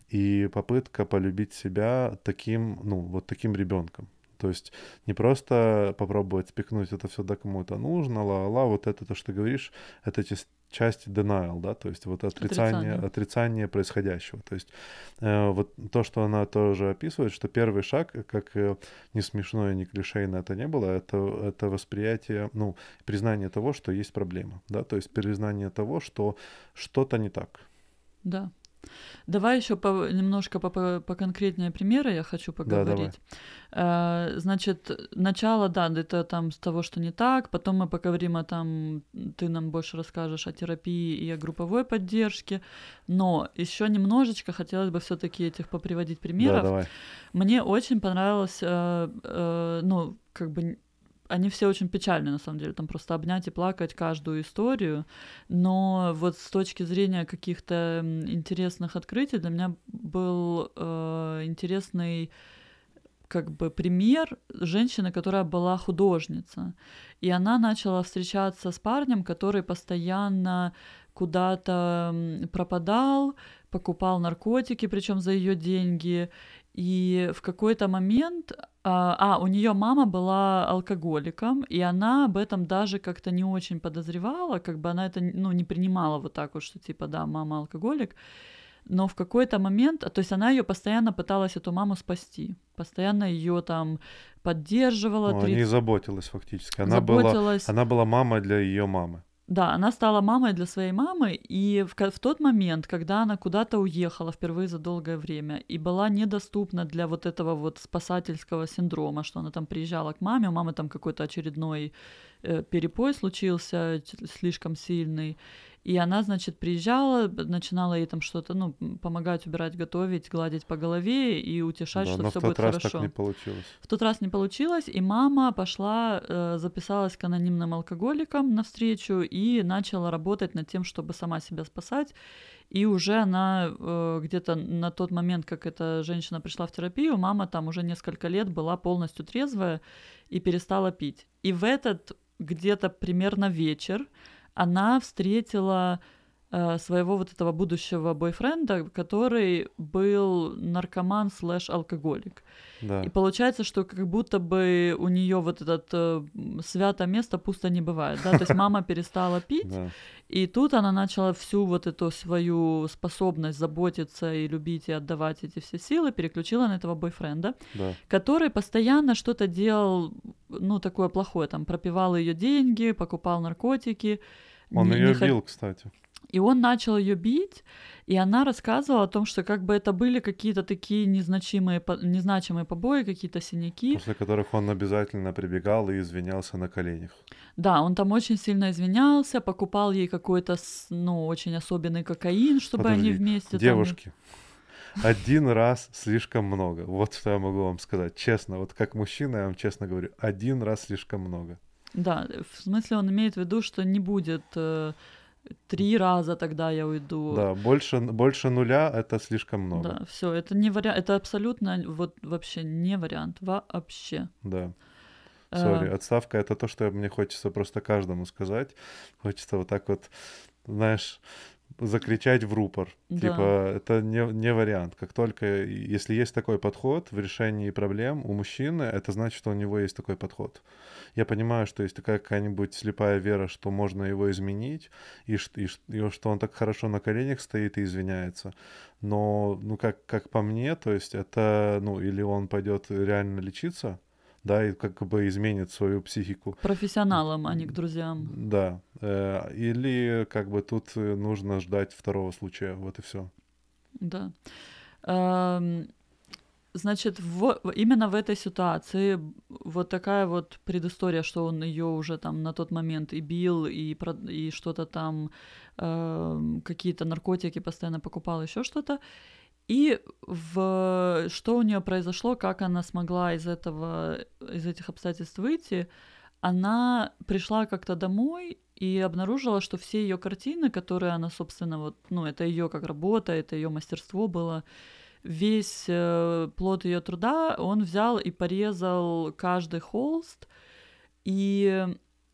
и попытка полюбить себя таким, ну, вот таким ребенком. То есть не просто попробовать спихнуть это все, да, кому-то нужно, ла-ла, вот это то, что ты говоришь, это чис- часть denial, да, то есть вот отрицание, Отрицание. отрицание происходящего. То есть э, вот то, что она тоже описывает, что первый шаг, как э, не смешно и не клишейно это не было, это, это восприятие, ну, признание того, что есть проблема, да, то есть признание того, что что-то не так. Да. Давай еще по, немножко по, по, поконкретнее примеры я хочу Да, давай. поговорить. Э, Значит, начало, да, это там с того, что не так, потом мы поговорим о там, ты нам больше расскажешь о терапии и о групповой поддержке, но еще немножечко хотелось бы все-таки этих поприводить Да, примеров. давай. Мне очень понравилось, э, э, ну, как бы они все очень печальны, на самом деле, там просто обнять и плакать каждую историю, но вот с точки зрения каких-то м, интересных открытий для меня был э, интересный как бы пример женщины, которая была художница, и она начала встречаться с парнем, который постоянно куда-то м, пропадал, покупал наркотики, причем за ее деньги, и в какой-то момент, а, а, у нее мама была алкоголиком, и она об этом даже как-то не очень подозревала, как бы она это, ну, не принимала вот так вот, что типа, да, мама алкоголик, но в какой-то момент, то есть она ее постоянно пыталась, эту маму, спасти, постоянно ее там поддерживала, Ну, о ней тридцать заботилась фактически. Она была, заботилась. она была мамой для ее мамы. Да, она стала мамой для своей мамы, и в, ка- в тот момент, когда она куда-то уехала впервые за долгое время и была недоступна для вот этого вот спасательского синдрома, что она там приезжала к маме, у мамы там какой-то очередной э, перепой случился, ч- слишком сильный, И она, значит, приезжала, начинала ей там что-то, ну, помогать, убирать, готовить, гладить по голове и утешать, Да, что но все в тот будет раз хорошо. так не получилось. В тот раз не получилось, и мама пошла, э, записалась к анонимным алкоголикам навстречу и начала работать над тем, чтобы сама себя спасать. И уже она э, где-то на тот момент, как эта женщина пришла в терапию, мама там уже несколько лет была полностью трезвая и перестала пить. И в этот где-то примерно вечер она встретила э, своего вот этого будущего бойфренда, который был наркоман слэш алкоголик. Да. И получается, что как будто бы у нее вот это э, свято место пусто не бывает, да, то есть мама перестала пить, Да. и тут она начала всю вот эту свою способность заботиться и любить и отдавать эти все силы, переключила на этого бойфренда, Да. который постоянно что-то делал, ну, такое плохое, там, пропивал ее деньги, покупал наркотики. Он не- ее не хот- бил, кстати. И он начал ее бить, и она рассказывала о том, что как бы это были какие-то такие незначимые, по- незначимые побои, какие-то синяки. После которых он обязательно прибегал и извинялся на коленях. Да, он там очень сильно извинялся, покупал ей какой-то, с- ну, очень особенный кокаин, чтобы они Подожди, вместе там... девушки, один раз слишком много. Вот что я могу вам сказать. Честно, вот как мужчина, я вам честно говорю, один раз слишком много. Да, в смысле он имеет в виду, что не будет э, три раза тогда я уйду. Да, больше, больше нуля это слишком много. Да, все, это не вариант, это абсолютно вот вообще не вариант, вообще. Да. Э, Сори, отставка это то, что мне хочется просто каждому сказать. Хочется вот так вот, знаешь, закричать в рупор. Да. Типа, это не, не вариант. Как только, если есть такой подход в решении проблем у мужчины, это значит, что у него есть такой подход. Я понимаю, что есть такая какая-нибудь слепая вера, что можно его изменить, и, ш- и, ш- и что он так хорошо на коленях стоит и извиняется. Но, ну, как, как по мне, то есть это, ну, или он пойдет реально лечиться, да, и как бы изменит свою психику. Профессионалам, а не к друзьям. Да. Э, Или как бы тут э, нужно ждать второго случая. Вот и все. Да. Эм, Значит, в, именно в этой ситуации вот такая вот предыстория, что он ее уже там на тот момент и бил, и, прод- и что-то там, эм, какие-то наркотики постоянно покупал, еще что-то. И в, что у нее произошло, как она смогла из этого, из этих обстоятельств выйти, она пришла как-то домой и обнаружила, что все ее картины, которые она, собственно, вот, ну, это ее как работа, это ее мастерство было, весь э, плод ее труда, он взял и порезал каждый холст, и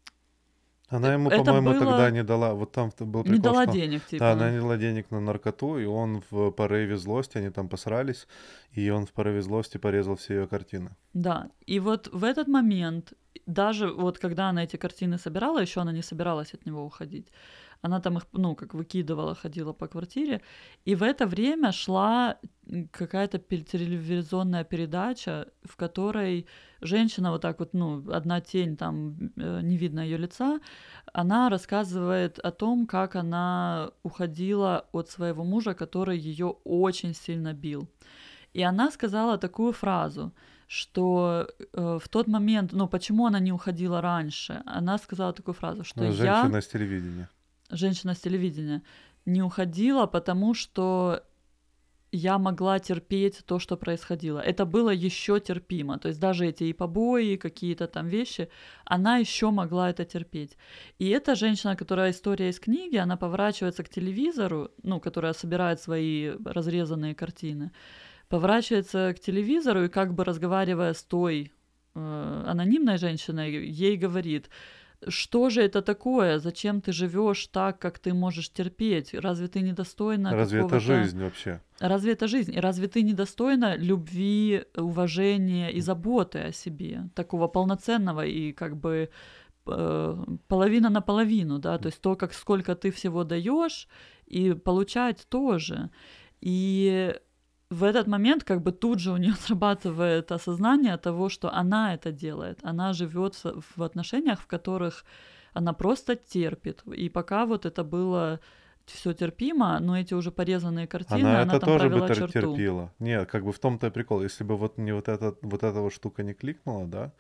Она ему, это по-моему, было... тогда не дала. Вот там был прикол, не дала что... денег, типа. Да, она не дала денег на наркоту, и он в порыве злости, они там посрались, и он в порыве злости порезал все ее картины. Да, и вот в этот момент, даже вот когда она эти картины собирала, еще она не собиралась от него уходить, она там их, ну, как выкидывала, ходила по квартире, и в это время шла какая-то пел- телевизионная передача, в которой женщина вот так вот, ну, одна тень, там э, не видно ее лица, она рассказывает о том, как она уходила от своего мужа, который ее очень сильно бил. И она сказала такую фразу, что э, в тот момент, ну почему она не уходила раньше, она сказала такую фразу, что я, Женщина с телевидения. женщина с телевидения, не уходила, потому что я могла терпеть то, что происходило. Это было еще терпимо. То есть даже эти и побои, и какие-то там вещи, она еще могла это терпеть. И эта женщина, которая история из книги, она поворачивается к телевизору, ну, которая собирает свои разрезанные картины, поворачивается к телевизору и как бы разговаривая с той э, анонимной женщиной, ей говорит: что же это такое? Зачем ты живешь так, как ты можешь терпеть? Разве ты недостойна Разве какого-то... это жизнь вообще? Разве это жизнь? И разве ты недостойна любви, уважения и заботы о себе? Такого полноценного и как бы э, половина на половину, да? То есть то, как сколько ты всего даешь, и получать тоже. И в этот момент как бы тут же у нее срабатывает осознание того, что она это делает. Она живет в отношениях, в которых она просто терпит. И пока вот это было все терпимо, но эти уже порезанные картины, Она она это там тоже бы провела тер- черту. терпила. Не, как бы в том-то и прикол. Если бы вот не вот эта, вот эта вот штука не кликнула, да,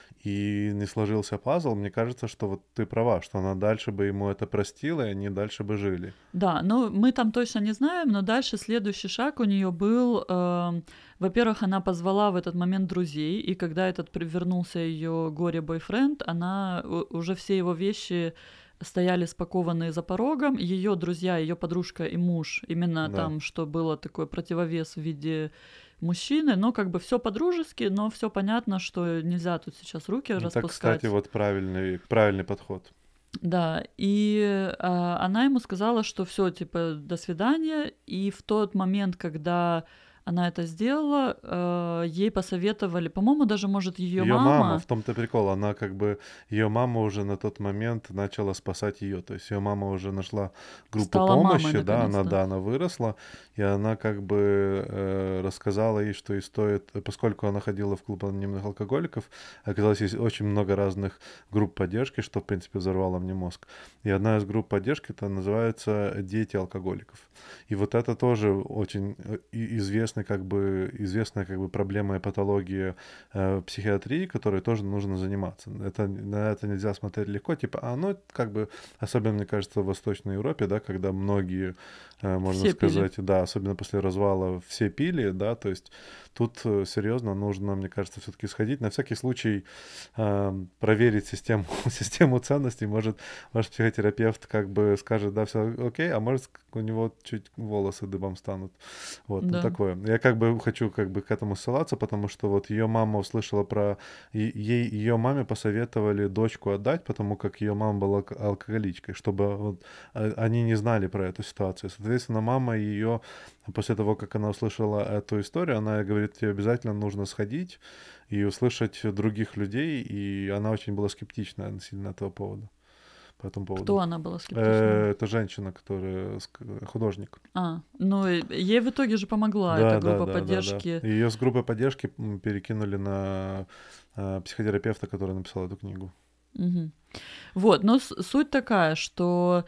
и не сложился пазл, мне кажется, что вот ты права, что она дальше бы ему это простила, и они дальше бы жили. Да, ну мы там точно не знаем, но дальше следующий шаг у нее был, эм, во-первых, она позвала в этот момент друзей, и когда этот при- вернулся ее горе-бойфренд, она у- уже все его вещи стояли спакованные за порогом, ее друзья, ее подружка и муж, именно Да. там, что было такой противовес в виде мужчины, но как бы все по-дружески, но все понятно, что нельзя тут сейчас руки Это, распускать. кстати, вот правильный, правильный подход. Да, и а, она ему сказала, что все, типа, до свидания. И в тот момент, когда она это сделала, э, ей посоветовали, по-моему, даже, может, ее Ее мама, мама. в том-то прикол, она как бы, ее мама уже на тот момент начала спасать ее, то есть ее мама уже нашла группу Стала мамой, помощи, да, она, наконец-то. да, она выросла, и она как бы э, рассказала ей, что и стоит, поскольку она ходила в клуб анонимных алкоголиков, оказалось, есть очень много разных групп поддержки, что, в принципе, взорвало мне мозг. И одна из групп поддержки, это называется «Дети алкоголиков». И вот это тоже очень э, и- известный, как бы, известная как бы проблема и патология э, психиатрии, которой тоже нужно заниматься. Это, на это нельзя смотреть легко, типа, а ну, как бы, особенно, мне кажется, в Восточной Европе, да, когда многие, э, можно Все пили. сказать, да, особенно после развала все пили, да, то есть тут э, серьезно нужно, мне кажется, все-таки сходить, на всякий случай э, проверить систему, систему ценностей, может, ваш психотерапевт как бы скажет, да, все окей, а может, у него чуть волосы дыбом станут. Вот, ну Да. такое. Я как бы хочу как бы к этому ссылаться, потому что вот ее мама услышала про... и- Ей, ее маме посоветовали дочку отдать, потому как ее мама была алк- алкоголичкой, чтобы вот, а, они не знали про эту ситуацию. Соответственно, мама ее, после того, как она услышала эту историю, она говорит, тебе обязательно нужно сходить и услышать других людей, и она очень была скептична относительно этого повода. По этому поводу. Кто она была скептична? Э, Это женщина, которая ск- художник. А, ну и ей в итоге же помогла Да, эта да, группа да, да, да. поддержки. Ее с группы поддержки м, перекинули на э, психотерапевта, который написал эту книгу. Мгм. Вот, но с- суть такая, что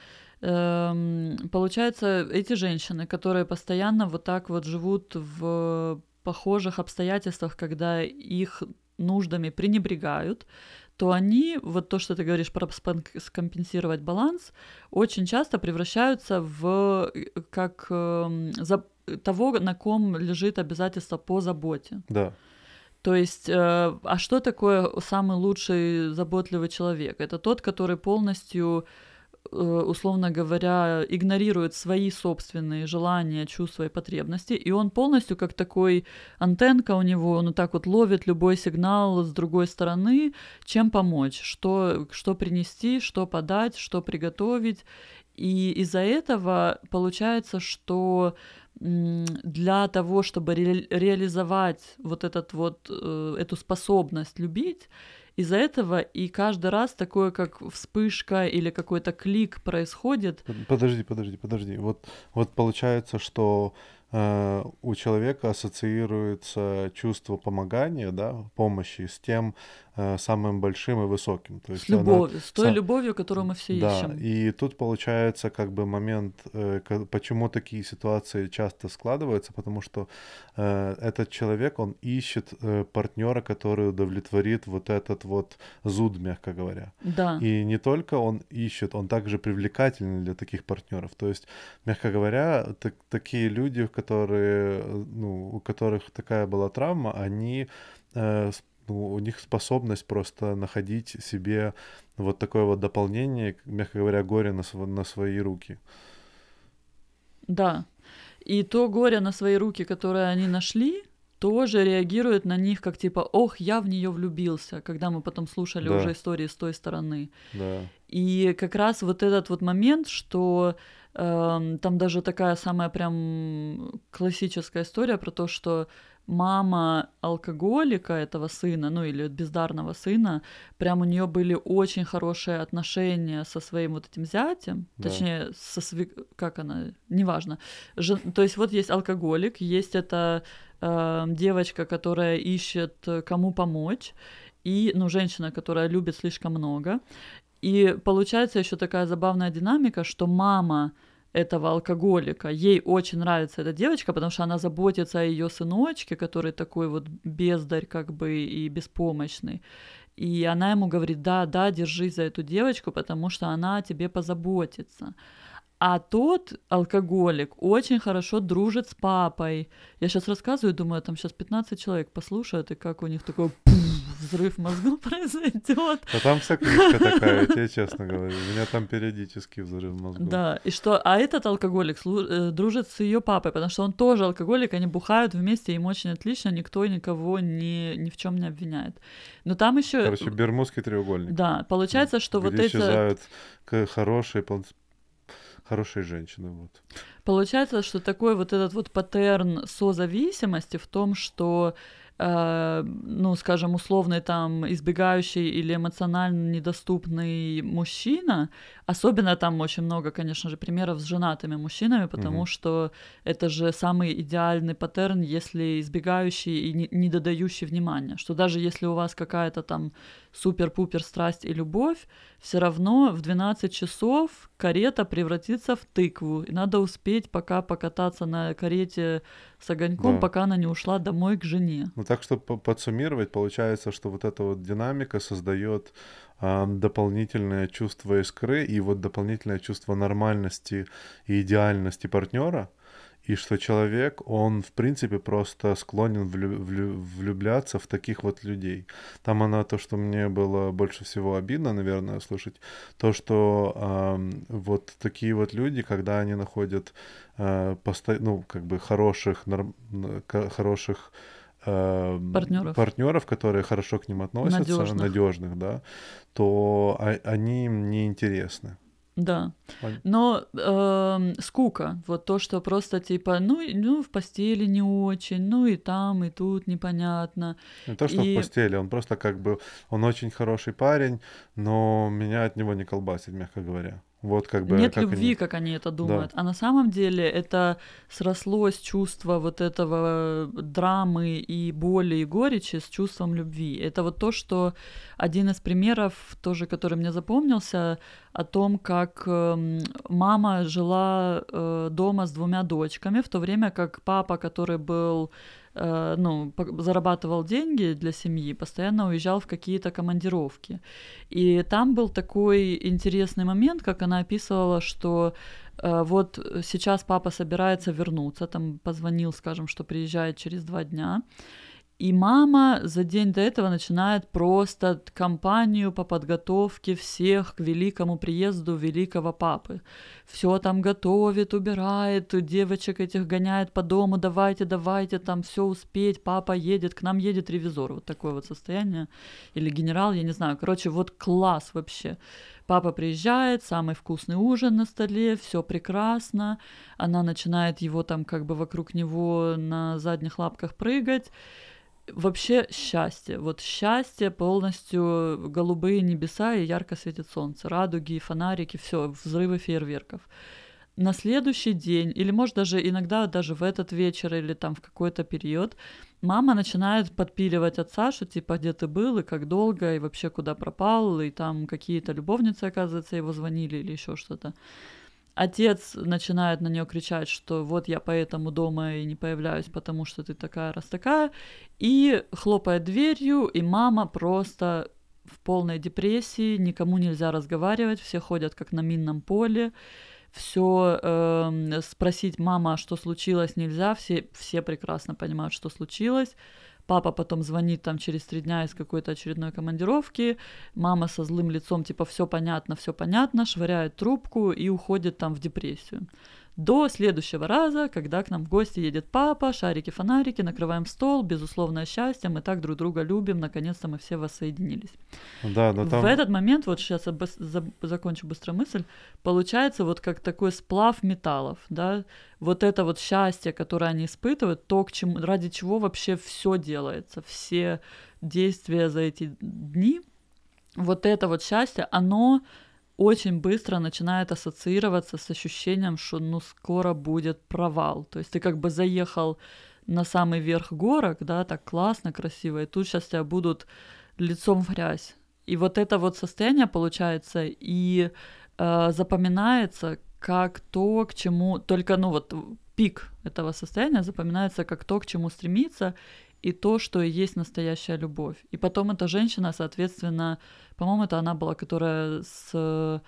эм, получается, эти женщины, которые постоянно вот так вот живут в похожих обстоятельствах, когда их нуждами пренебрегают, то они, вот то, что ты говоришь про спон- скомпенсировать баланс, очень часто превращаются в э, как эм, за- того, на ком лежит обязательство по заботе. Да, То есть, э, а что такое самый лучший заботливый человек? Это тот, который полностью, э, условно говоря, игнорирует свои собственные желания, чувства и потребности, и он полностью как такой антенка у него, он вот так вот ловит любой сигнал с другой стороны, чем помочь, что, что принести, что подать, что приготовить. И из-за этого получается, что м, для того, чтобы ре- реализовать вот этот вот, э, эту способность любить, из-за этого и каждый раз такое, как вспышка или какой-то клик происходит. Под- подожди, подожди, подожди. Вот, вот получается, что э, у человека ассоциируется чувство помогания, да, помощи с тем э, самым большим и высоким. То С есть она... любовью, с той любовью, которую мы все Да, ищем. и тут получается как бы момент, э, ка- почему такие ситуации часто складываются, потому что э, этот человек, он ищет э, партнера, который удовлетворит вот этот вот зуд, мягко говоря. Да, И не только он ищет, он также привлекательный для таких партнеров. То есть, мягко говоря, так- такие люди, которые, э, ну, у которых такая была травма, они э, с- ну, у них способность просто находить себе вот такое вот дополнение, мягко говоря, горе на, св- на свои руки. да. И то горе на свои руки, которое они нашли, тоже реагирует на них как типа, ох, я в нее влюбился, когда мы потом слушали уже Да, истории с той стороны. да, И как раз вот этот вот момент, что эм, там даже такая самая прям классическая история про то, что мама алкоголика этого сына, ну или бездарного сына, прям у нее были очень хорошие отношения со своим вот этим зятем, да, точнее, со сви... как она, неважно. Жен- То есть вот есть алкоголик, есть эта э, девочка, которая ищет, э, кому помочь, и, ну, женщина, которая любит слишком много. И получается еще такая забавная динамика, что мама этого алкоголика. Ей очень нравится эта девочка, потому что она заботится о ее сыночке, который такой вот бездарь как бы и беспомощный. И она ему говорит: да, да, держись за эту девочку, потому что она о тебе позаботится. А тот алкоголик очень хорошо дружит с папой. Я сейчас рассказываю, думаю, там сейчас пятнадцать человек послушают, и как у них такой взрыв мозгов произойдет. А там вся книжка такая, я тебе честно говорю. У меня там периодически взрыв мозгов. Да, и что, а этот алкоголик слу- дружит с ее папой, потому что он тоже алкоголик, они бухают вместе, им очень отлично, никто никого ни, ни в чем не обвиняет. Но там еще... Короче, Бермудский треугольник. Да, получается, что где вот эти... исчезают хорошие, хорошие женщины, вот. Получается, что такой вот этот вот паттерн созависимости в том, что, э, ну, скажем, условный там избегающий или эмоционально недоступный мужчина, особенно там очень много, конечно же, примеров с женатыми мужчинами, потому Мгм. что это же самый идеальный паттерн, если избегающий и не, не додающий внимания, что даже если у вас какая-то там супер-пупер страсть и любовь, все равно в двенадцать часов карета превратится в тыкву, и надо успеть пока покататься на карете с огоньком, Да. пока она не ушла домой к жене. Ну так, чтобы подсуммировать, получается, что вот эта вот динамика создает а, дополнительное чувство искры и вот дополнительное чувство нормальности и идеальности партнера, и что человек, он в принципе просто склонен влю- влю- влюбляться в таких вот людей. Там она, то, что мне было больше всего обидно, наверное, слышать, то, что ам, вот такие вот люди, когда они находят а, посто- ну, как бы хороших, норм- н- ка- хороших эм, Партнеров. партнеров, которые хорошо к ним относятся, Надежных. надежных, да, то а- они им не интересны. Да. Пон- Но эм, скука, вот то, что просто типа, ну, и- ну, в постели не очень, ну и там, и тут непонятно. Не то, что в И постели, он просто как бы, он очень хороший парень, но меня от него не колбасит, мягко говоря. Вот как бы, нет как любви, они, как они это да, думают. А на самом деле это срослось чувство вот этого драмы и боли и горечи с чувством любви. Это вот то, что один из примеров, тоже который мне запомнился, о том, как эм, мама жила э, дома с двумя дочками, в то время как папа, который был, э, ну, по- зарабатывал деньги для семьи, постоянно уезжал в какие-то командировки. И там был такой интересный момент, как она описывала, что э, вот сейчас папа собирается вернуться, там позвонил, скажем, что приезжает через два дня, и мама за день до этого начинает просто кампанию по подготовке всех к великому приезду великого папы. Все там готовит, убирает, девочек этих гоняет по дому, давайте, давайте, там все успеть, папа едет, к нам едет ревизор. Вот такое вот состояние. Или генерал, я не знаю. Короче, вот класс вообще. Папа приезжает, самый вкусный ужин на столе, все прекрасно. Она начинает его там как бы вокруг него на задних лапках прыгать. Вообще счастье. Вот счастье, полностью голубые небеса и ярко светит солнце, радуги, фонарики, все, взрывы фейерверков. На следующий день, или может даже иногда даже в этот вечер или там в какой-то период, мама начинает подпиливать отца, что типа где ты был и как долго, и вообще куда пропал, и там какие-то любовницы, оказывается, его звонили или еще что-то. Отец начинает на нее кричать, что вот я поэтому дома и не появляюсь, потому что ты такая раз такая, и хлопает дверью, и мама просто в полной депрессии, никому нельзя разговаривать, все ходят как на минном поле, все э, спросить мама, что случилось, нельзя, все, все прекрасно понимают, что случилось. Папа потом звонит там через три дня из какой-то очередной командировки, мама со злым лицом, типа, все понятно, все понятно, швыряет трубку и уходит там в депрессию. До следующего раза, когда к нам в гости едет папа, шарики-фонарики, накрываем стол, безусловное счастье, мы так друг друга любим, наконец-то мы все воссоединились. да, но В там, этот момент, вот сейчас я быс- за- закончу быстро мысль, получается вот как такой сплав металлов, да, вот это вот счастье, которое они испытывают, то, к чему, ради чего вообще все делается, все действия за эти дни, вот это вот счастье, оно очень быстро начинает ассоциироваться с ощущением, что ну скоро будет провал. То есть ты как бы заехал на самый верх горок, да, так классно, красиво, и тут сейчас тебя будут лицом в грязь. И вот это вот состояние получается и э, запоминается как то, к чему... Только, ну вот, пик этого состояния запоминается как то, к чему стремиться, и то, что и есть настоящая любовь. И потом эта женщина, соответственно, по-моему, это она была, которая с...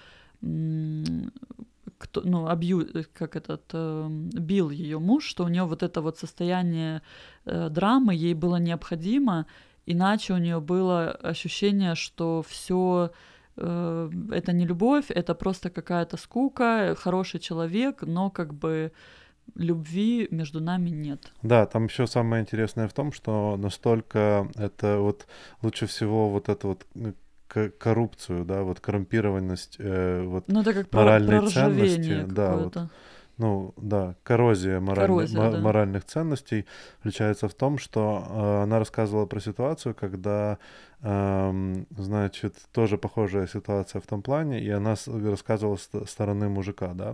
Кто, ну, абью, как этот, э, бил ее муж, что у нее вот это вот состояние э, драмы ей было необходимо, иначе у нее было ощущение, что все э, это не любовь, это просто какая-то скука, хороший человек, но как бы любви между нами нет. Да, там еще самое интересное в том, что настолько это вот лучше всего вот это вот коррупцию, да, вот коррумпированность, э, вот ну, это как моральной ценности, да, вот, какое-то. ну, да, коррозия, моральной, Коррозия, мо- да. моральных ценностей заключается в том, что э, она рассказывала про ситуацию, когда, э, значит, тоже похожая ситуация в том плане, и она с- рассказывала с стороны мужика, да,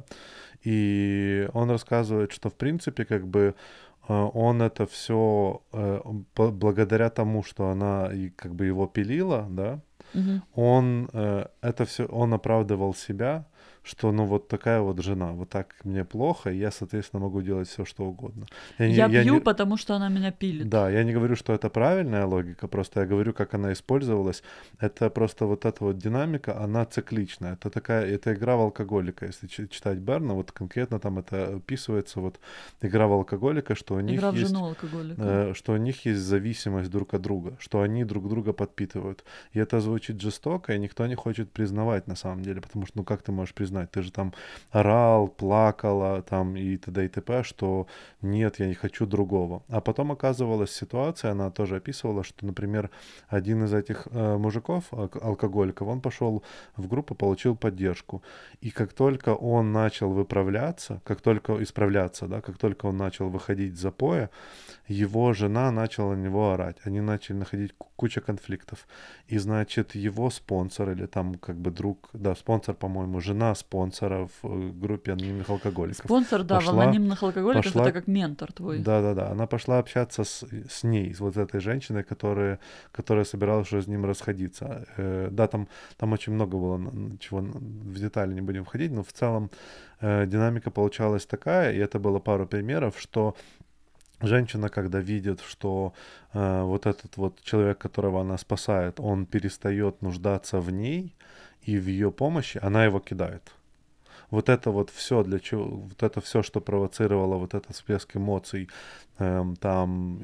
и он рассказывает, что, в принципе, как бы э, он это все благодаря тому, что она и как бы его пилила, да, Угу. он э, это все, он оправдывал себя, что ну вот такая вот жена, вот так мне плохо, и я, соответственно, могу делать все, что угодно. Я, не, Я я пью, не, потому что она меня пилит. да, я не говорю, что это правильная логика, просто я говорю, как она использовалась. Это просто вот эта вот динамика, она цикличная. Это такая, это игра в алкоголика. Если ч- читать Берна, вот конкретно там это описывается, вот игра в алкоголика, что у них Игра в есть... жену алкоголика. Э, что у них есть зависимость друг от друга, что они друг друга подпитывают. И это звучит жестоко, и никто не хочет признавать на самом деле, потому что, ну как ты можешь признать? Ты же там орал, плакала, там и т.д. и т.п., что нет, я не хочу другого. А потом оказывалась ситуация, она тоже описывала, что, например, один из этих э, мужиков, алк- алкоголиков, он пошел в группу, получил поддержку. И как только он начал выправляться, как только исправляться, да, как только он начал выходить из запоя, его жена начала на него орать. Они начали находить кучу конфликтов. И, значит, его спонсор, или там как бы друг, да, спонсор, по-моему, жена спонсора в группе анонимных алкоголиков. Спонсор, да, пошла, в анонимных алкоголиках пошла, это как ментор твой. Да-да-да. Она пошла общаться с, с ней, с вот этой женщиной, которая, которая собиралась уже с ним расходиться. Э, да, там, там очень много было, чего в детали не будем входить, но в целом э, динамика получалась такая, и это было пару примеров, что женщина, когда видит, что э, вот этот вот человек, которого она спасает, он перестает нуждаться в ней и в ее помощи, она его кидает. Вот это вот все, для чего, вот это все, что провоцировало вот этот всплеск эмоций, эм, там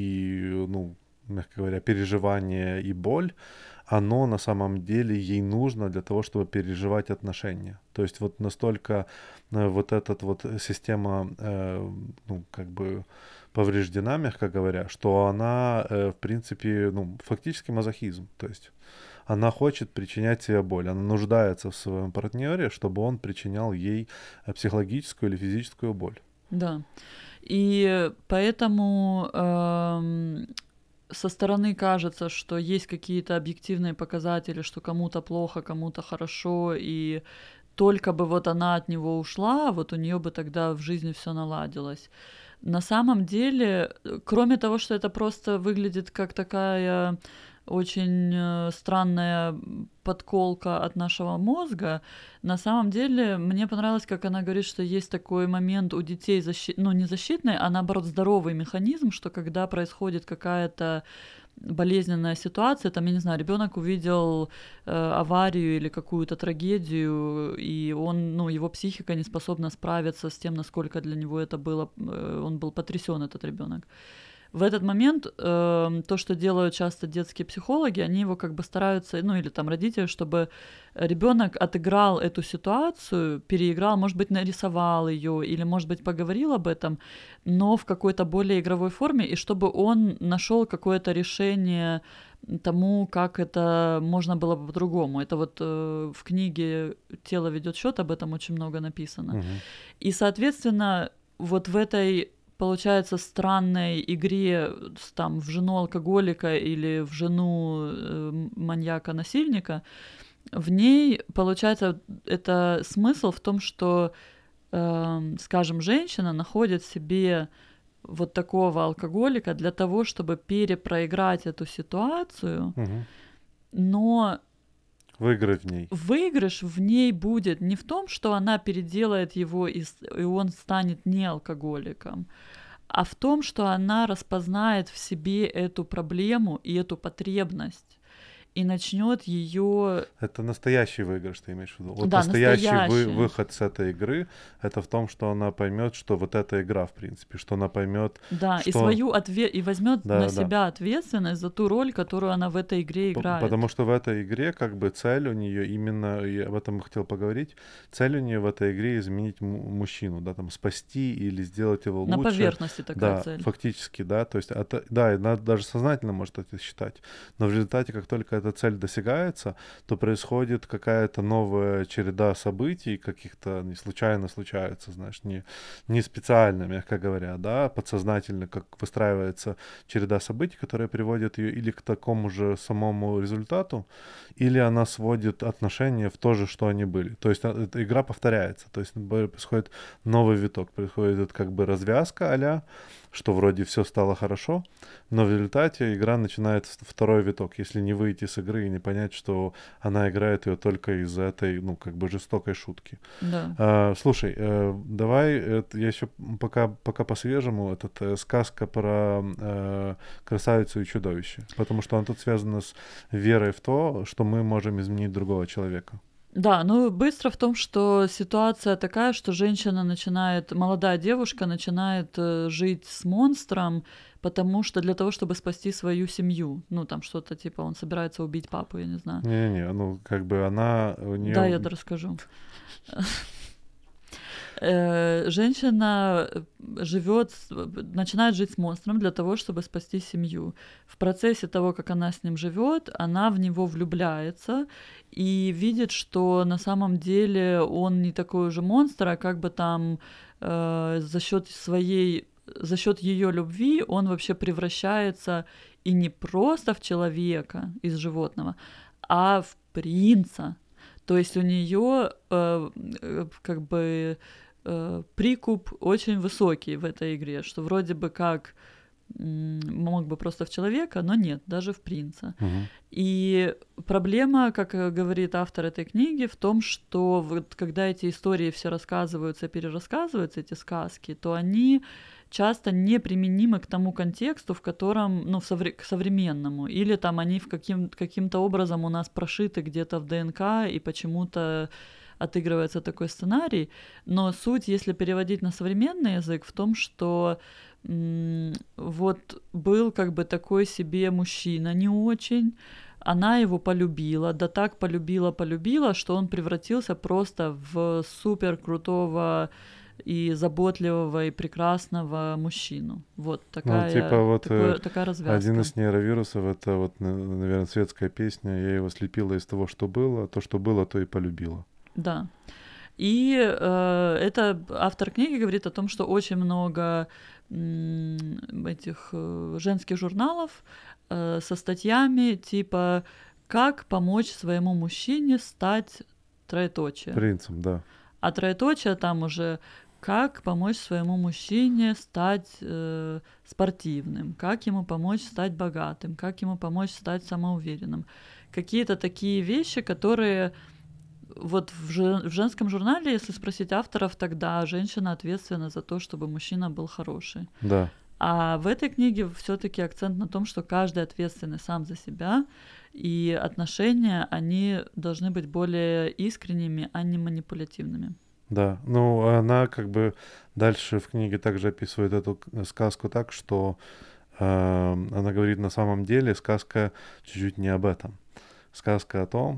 и, ну, мягко говоря, переживание и боль, оно на самом деле ей нужно для того, чтобы переживать отношения. То есть вот настолько э, вот эта вот система, э, ну, как бы повреждена, мягко говоря, что она, э, в принципе, ну, фактически мазохизм. То есть она хочет причинять себе боль, она нуждается в своем партнере, чтобы он причинял ей э, психологическую или физическую боль. Да. И поэтому эм, со стороны кажется, что есть какие-то объективные показатели, что кому-то плохо, кому-то хорошо, и только бы вот она от него ушла, вот у нее бы тогда в жизни все наладилось. На самом деле, кроме того, что это просто выглядит как такая очень э, странная подколка от нашего мозга, на самом деле мне понравилось, как она говорит, что есть такой момент у детей, защи... ну не защитный, а наоборот здоровый механизм, что когда происходит какая-то болезненная ситуация, там, я не знаю, ребенок увидел э, аварию или какую-то трагедию, и он, ну, его психика не способна справиться с тем, насколько для него это было, э, он был потрясен, этот ребенок. В этот момент э, то, что делают часто детские психологи, они его как бы стараются, ну или там родители, чтобы ребенок отыграл эту ситуацию, переиграл, может быть, нарисовал ее или, может быть, поговорил об этом, но в какой-то более игровой форме, и чтобы он нашел какое-то решение тому, как это можно было бы по-другому. Это вот э, в книге «Тело ведет счет» об этом очень много написано. Угу. И, соответственно, вот в этой получается странной игре там в жену алкоголика или в жену э, маньяка-насильника, в ней получается это смысл в том, что, э, скажем, женщина находит себе вот такого алкоголика для того, чтобы перепроиграть эту ситуацию, Угу. но Выиграть в ней. Выигрыш в ней будет не в том, что она переделает его и, и он станет не алкоголиком, а в том, что она распознает в себе эту проблему и эту потребность и начнет ее... Это настоящий выигрыш, ты имеешь в виду? Вот да, настоящий вы, настоящий. выход с этой игры, это в том, что она поймет, что вот эта игра, в принципе, что она поймет, да, что... и свою ответ и возьмет да, на да. себя ответственность за ту роль, которую она в этой игре играет. Потому что в этой игре как бы цель у нее именно, я об этом хотел поговорить, цель у нее в этой игре изменить мужчину, да, там спасти или сделать его на лучше. На поверхности такая да, цель. Фактически, да, то есть это, да, и надо даже сознательно может это считать, но в результате, как только эта цель достигается, то происходит какая-то новая череда событий, каких-то не случайно случаются, знаешь, не, не специально, мягко говоря, да, подсознательно, как выстраивается череда событий, которая приводит ее или к такому же самому результату, или она сводит отношения в то же, что они были. То есть эта игра повторяется, то есть происходит новый виток, происходит как бы развязка а-ля, что вроде все стало хорошо, но в результате игра начинает второй виток, если не выйти с игры и не понять, что она играет ее только из-за этой, ну, как бы жестокой шутки. Да. А, слушай, э, давай, это, я еще пока, пока по-свежему, этот, э, сказка про э, красавицу и чудовище, потому что она тут связана с верой в то, что мы можем изменить другого человека. Да, ну быстро в том, что ситуация такая, что женщина начинает, молодая девушка начинает э, жить с монстром, потому что для того, чтобы спасти свою семью. Ну, там что-то типа он собирается убить папу, я не знаю. Не-не-не, ну как бы она у нее... Да, я расскажу. Женщина живет, начинает жить с монстром для того, чтобы спасти семью. В процессе того, как она с ним живет, она в него влюбляется и видит, что на самом деле он не такой уже монстр, а как бы там э, за счет своей, за счет ее любви он вообще превращается и не просто в человека из животного, а в принца. То есть у нее э, как бы э, прикуп очень высокий в этой игре, что вроде бы как м, мог бы просто в человека, но нет, даже в принца. Угу. И проблема, как говорит автор этой книги, в том, что вот когда эти истории все рассказываются, перерассказываются, эти сказки, то они часто неприменимы к тому контексту, в котором, ну, в совре- к современному, или там они в каким- каким-то образом у нас прошиты где-то в ДНК, и почему-то отыгрывается такой сценарий. Но суть, если переводить на современный язык, в том, что м- вот был как бы такой себе мужчина не очень, она его полюбила, да так полюбила-полюбила, что он превратился просто в супер крутого и заботливого и прекрасного мужчину. Вот такая, ну, типа вот такое, э, такая развязка. один из нейровирусов, это вот, наверное, светская песня, я его слепила из того, что было, то, что было, то и полюбила. Да. И э, это автор книги говорит о том, что очень много м, этих э, женских журналов э, со статьями типа «Как помочь своему мужчине стать троеточие». Принцем, да. А троеточие там уже «Как помочь своему мужчине стать э, спортивным», «Как ему помочь стать богатым», «Как ему помочь стать самоуверенным». Какие-то такие вещи, которые... Вот в, жен- в женском журнале, если спросить авторов, тогда женщина ответственна за то, чтобы мужчина был хороший. Да. А в этой книге все-таки акцент на том, что каждый ответственный сам за себя, и отношения, они должны быть более искренними, а не манипулятивными. Да, ну она как бы дальше в книге также описывает эту сказку так, что э, она говорит, на самом деле сказка чуть-чуть не об этом. Сказка о том,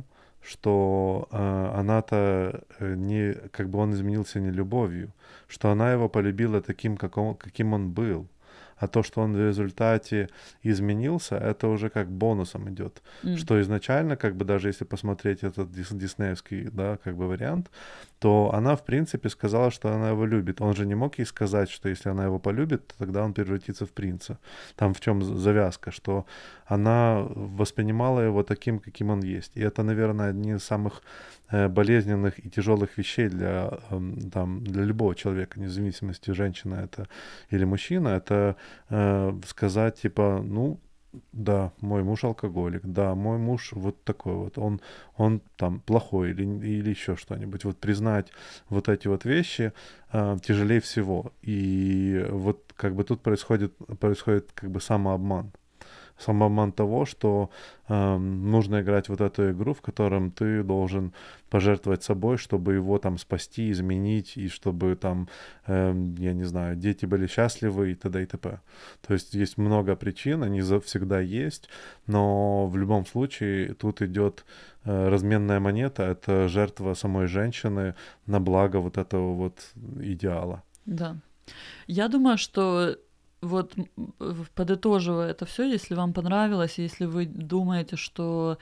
что э, она-то не, как бы он изменился не любовью, что она его полюбила таким, как он, каким он был. А то, что он в результате изменился, это уже как бонусом идет. Mm. Что изначально, как бы даже если посмотреть этот дис- диснеевский, да, как бы вариант, то она, в принципе, сказала, что она его любит. Он же не мог ей сказать, что если она его полюбит, то тогда он превратится в принца. Там в чем завязка, что она воспринимала его таким, каким он есть. И это, наверное, одни из самых э, болезненных и тяжелых вещей для, э, там, для любого человека, вне зависимости, женщина это или мужчина, это э, сказать, типа, ну, да, мой муж алкоголик, да, мой муж вот такой вот, он, он там плохой или, или еще что-нибудь. Вот признать вот эти вот вещи а, тяжелее всего. И вот как бы тут происходит, происходит как бы самообман. Самообман того, что эм, нужно играть вот эту игру, в котором ты должен пожертвовать собой, чтобы его там спасти, изменить, и чтобы там, эм, я не знаю, дети были счастливы и т.д. и т.п. То есть есть много причин, они за- всегда есть, но в любом случае тут идет э, разменная монета, это жертва самой женщины на благо вот этого вот идеала. Да. Я думаю, что вот м, в- подытоживая это все, если вам понравилось, если вы думаете, что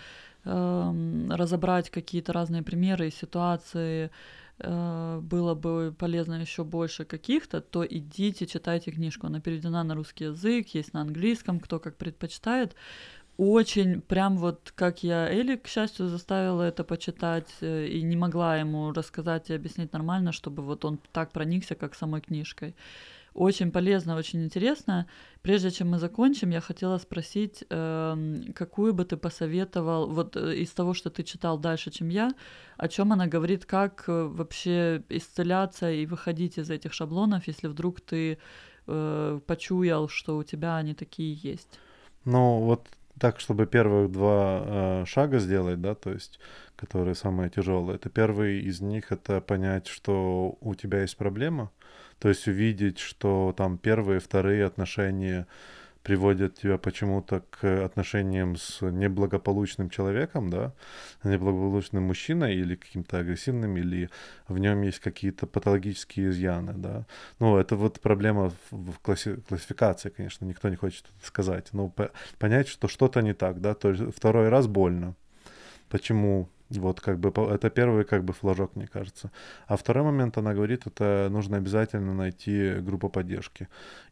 эм, разобрать какие-то разные примеры и ситуации э, было бы полезно еще больше каких-то, то идите, читайте книжку. Она переведена на русский язык, есть на английском, кто как предпочитает. Очень прям вот как я Эли, к счастью, заставила это почитать э, и не могла ему рассказать и объяснить нормально, чтобы вот он так проникся, как самой книжкой. Очень полезно, очень интересно. Прежде чем мы закончим, я хотела спросить, эм, какую бы ты посоветовал, вот э, из того, что ты читал дальше, чем я, о чем она говорит, как э, вообще исцеляться и выходить из этих шаблонов, если вдруг ты э, почуял, что у тебя они такие есть. Ну, вот так, чтобы первых два э, шага сделать, да, то есть, которые самые тяжелые, это первый из них это понять, что у тебя есть проблема, то есть увидеть, что там первые, вторые отношения приводят тебя почему-то к отношениям с неблагополучным человеком, да, неблагополучным мужчиной или каким-то агрессивным, или в нем есть какие-то патологические изъяны, да. Ну, это вот проблема в, в класси- классификации, конечно, никто не хочет это сказать, но по- понять, что что-то не так, да, то есть второй раз больно. Почему? Вот как бы по- это первый как бы флажок, мне кажется. А второй момент, она говорит, это нужно обязательно найти группу поддержки.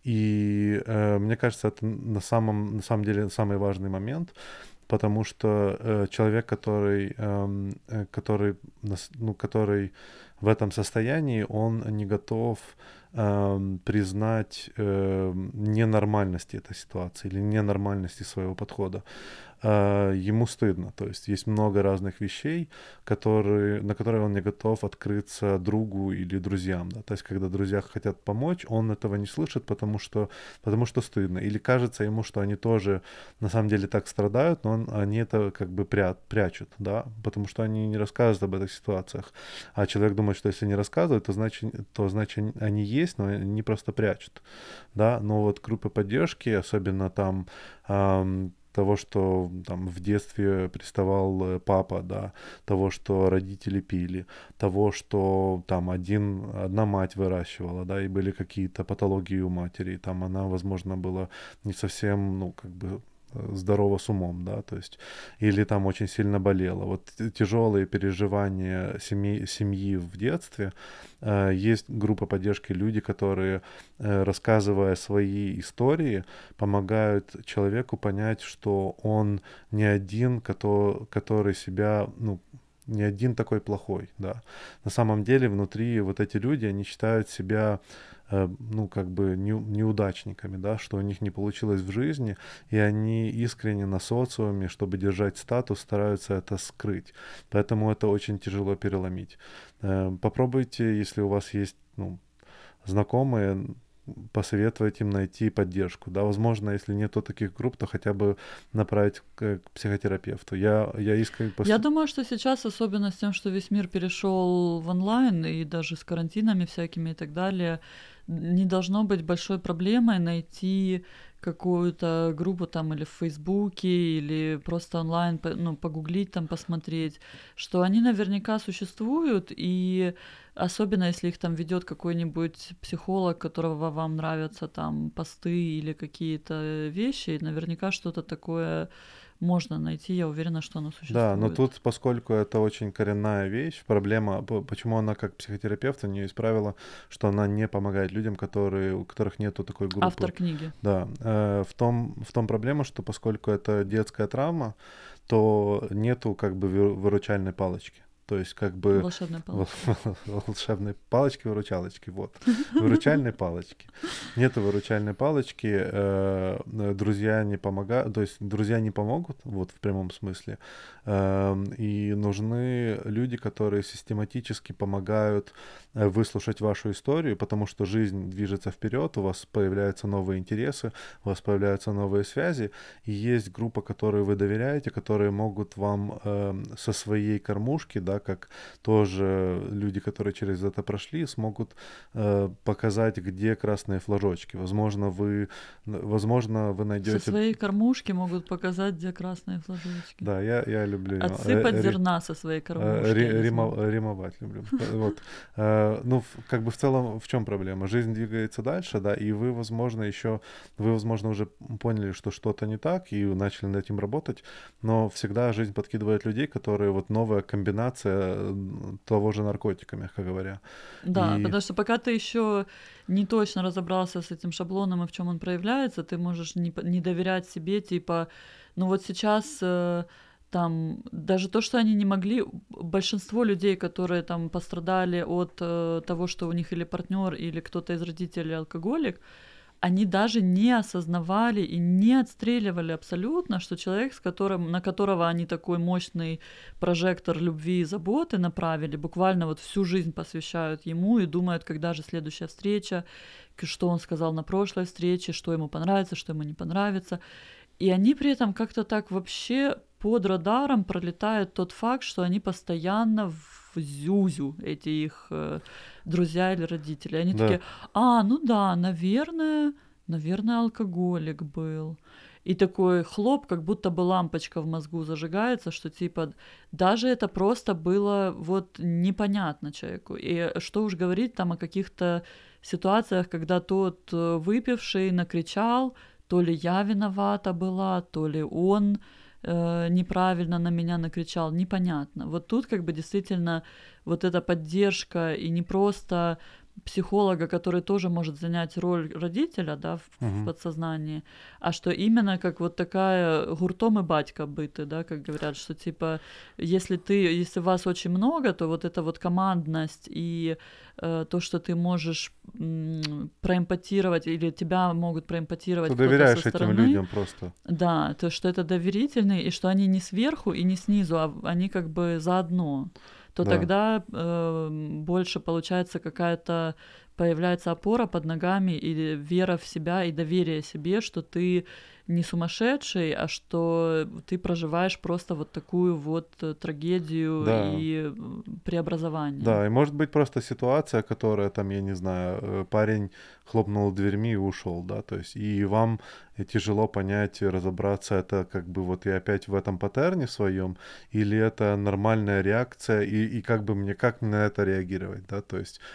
И э, мне кажется, это на самом, на самом деле самый важный момент, потому что э, человек, который, эм, э, который, нас- ну, который в этом состоянии, он не готов эм, признать эм, ненормальности этой ситуации или ненормальности своего подхода. А, ему стыдно. То есть есть много разных вещей, которые, на которые он не готов открыться другу или друзьям. Да? То есть когда друзья хотят помочь, он этого не слышит, потому что, потому что стыдно. Или кажется ему, что они тоже на самом деле так страдают, но он, они это как бы пря, прячут, да? Потому что они не рассказывают об этих ситуациях. А человек думает, что если не рассказывают, то значит, то значит они есть, но они просто прячут. Да? Но вот группы поддержки, особенно там ам, того, что там в детстве приставал э, папа, да, того, что родители пили, того, что там один, одна мать выращивала, да, и были какие-то патологии у матери, там она, возможно, была не совсем, ну, как бы э, здорова с умом, да, то есть, или там очень сильно болела. Вот т- тяжелые переживания семьи, семьи в детстве, э, есть группа поддержки, люди, которые, э, рассказывая свои истории, помогают человеку понять, что он не один, кото- который себя, ну, не один такой плохой, да. На самом деле внутри вот эти люди, они считают себя, э, ну, как бы неу- неудачниками, да, что у них не получилось в жизни, и они искренне на социуме, чтобы держать статус, стараются это скрыть. Поэтому это очень тяжело переломить. Э, Попробуйте, если у вас есть, ну, знакомые, посоветовать им найти поддержку. Да, возможно, если нету таких групп, то хотя бы направить к, к психотерапевту. Я, я искренне Я после... думаю, что сейчас, особенно с тем, что весь мир перешел в онлайн, и даже с карантинами всякими и так далее, не должно быть большой проблемой найти какую-то группу там или в Фейсбуке, или просто онлайн, по- ну, погуглить там, посмотреть, что они наверняка существуют, и особенно если их там ведет какой-нибудь психолог, которого вам нравятся там посты или какие-то вещи, наверняка что-то такое можно найти, я уверена, что оно Да, но существует. тут, поскольку это очень коренная вещь, проблема, п- почему она как психотерапевт, у нее есть правило, что она не помогает людям, которые, у которых нету такой группы. Автор книги. Да, э, в том, в том проблема, что поскольку это детская травма, то нету как бы вы- выручальной палочки. То есть как бы Волшебная палочка. волшебной палочки-выручалочки, вот, выручальной палочки. Нету выручальной палочки, э, э, друзья не помогают, то есть друзья не помогут, вот в прямом смысле, Эм, и нужны люди, которые систематически помогают э, выслушать вашу историю, потому что жизнь движется вперед, у вас появляются новые интересы, у вас появляются новые связи, и есть группа, которой вы доверяете, которые могут вам э, со своей кормушки, да, как тоже люди, которые через это прошли, смогут э, показать, где красные флажочки. Возможно, вы, возможно, вы Со найдете... своей кормушки могут показать, где красные флажочки. Да, я, я люблю... э, Отсыпать ри- зерна со своей э, кормушки ри- они рима- смогут. римовать люблю. Вот. Э, Ну, в- как бы в целом, в чем проблема? Жизнь двигается дальше, да, и вы, возможно, еще, вы, возможно, уже поняли, что что-то не так, и начали над этим работать, но всегда жизнь подкидывает людей, которые вот новая комбинация м, того же наркотика, мягко говоря. Да, И потому что пока ты еще не точно разобрался с этим шаблоном и в чем он проявляется, ты можешь не, п- не доверять себе, типа, ну вот сейчас э, там даже то, что они не могли, большинство людей, которые там пострадали от э, того, что у них или партнер, или кто-то из родителей алкоголик, они даже не осознавали и не отстреливали абсолютно, что человек, с которым, на которого они такой мощный прожектор любви и заботы направили, буквально вот всю жизнь посвящают ему и думают, когда же следующая встреча, к- что он сказал на прошлой встрече, что ему понравится, что ему не понравится. И они при этом как-то так вообще под радаром пролетает тот факт, что они постоянно в зюзю, эти их э, друзья или родители. Они да, такие, а, ну да, наверное, наверное, алкоголик был. И такой хлоп, как будто бы лампочка в мозгу зажигается, что типа даже это просто было вот непонятно человеку. И что уж говорить там о каких-то ситуациях, когда тот э, выпивший накричал, то ли я виновата была, то ли он э, неправильно на меня накричал, непонятно. Вот тут как бы действительно вот эта поддержка и не просто психолога, который тоже может занять роль родителя, да, в, в мгм. подсознании, а что именно как вот такая гуртом и батька быты, да, как говорят, что типа если ты, если вас очень много, то вот эта вот командность и э, то, что ты можешь м, проэмпатировать или тебя могут проэмпатировать Ты кто-то со доверяешь этим стороны, людям просто. да, то, что это доверительные, и что они не сверху и не снизу, а они как бы заодно, то Да, тогда э, больше получается какая-то появляется опора под ногами или вера в себя и доверие себе, что ты не сумасшедший, а что ты проживаешь просто вот такую вот э, трагедию да. и э, преобразование. Да, и может быть просто ситуация, которая там, я не знаю, э, парень хлопнул дверьми и ушел, да, то есть и вам э, тяжело понять и разобраться, это как бы вот я опять в этом паттерне своем, или это нормальная реакция, и, и как бы мне, как мне на это реагировать, да, то есть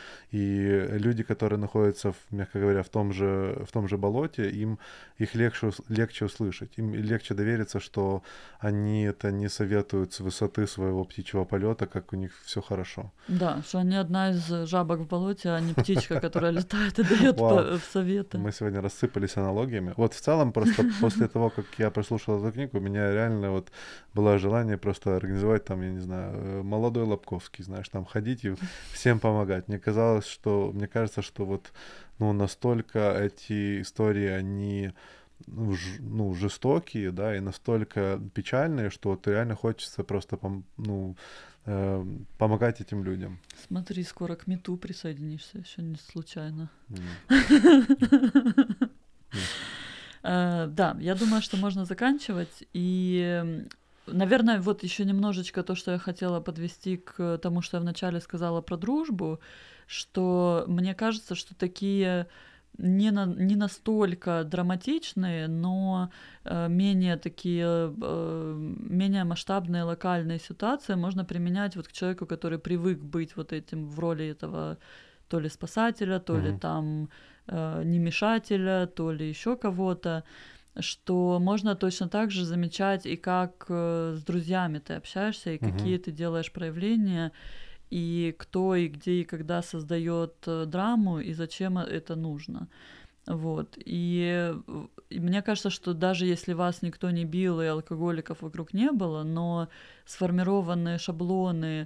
и люди, которые находятся, в, мягко говоря, в том же, в том же болоте, им их легче, ус- легче услышать, им легче довериться, что они это не советуют с высоты своего птичьего полета, как у них все хорошо. Да, что они одна из жабок в болоте, а не птичка, которая летает и дает Вау, советы. мы сегодня рассыпались аналогиями. Вот в целом просто после того, как я прослушал эту книгу, у меня реально вот было желание просто организовать там, я не знаю, э, молодой Лобковский, знаешь, там ходить и всем помогать. Мне казалось, что, мне кажется, что вот, ну, настолько эти истории, они ну, ж- ну, жестокие, да, и настолько печальные, что вот реально хочется просто, пом- ну, э, помогать этим людям. Смотри, скоро к мету присоединишься, еще не случайно. М, нет. Э, Да, я думаю, что можно заканчивать. И, м, наверное, вот еще немножечко то, что я хотела подвести к тому, что я вначале сказала про дружбу, что мне кажется, что такие не, на- не настолько драматичные, но э, менее такие, э, менее масштабные локальные ситуации можно применять вот к человеку, который привык быть вот этим в роли этого то ли спасателя, то ли Мгм. там э, немешателя, то ли еще кого-то, что можно точно так же замечать и как э, с друзьями ты общаешься, и Мгм. какие ты делаешь проявления, и кто и где и когда создает э, драму, и зачем это нужно. Вот. И, э, и мне кажется, что даже если вас никто не бил и алкоголиков вокруг не было, но сформированные шаблоны,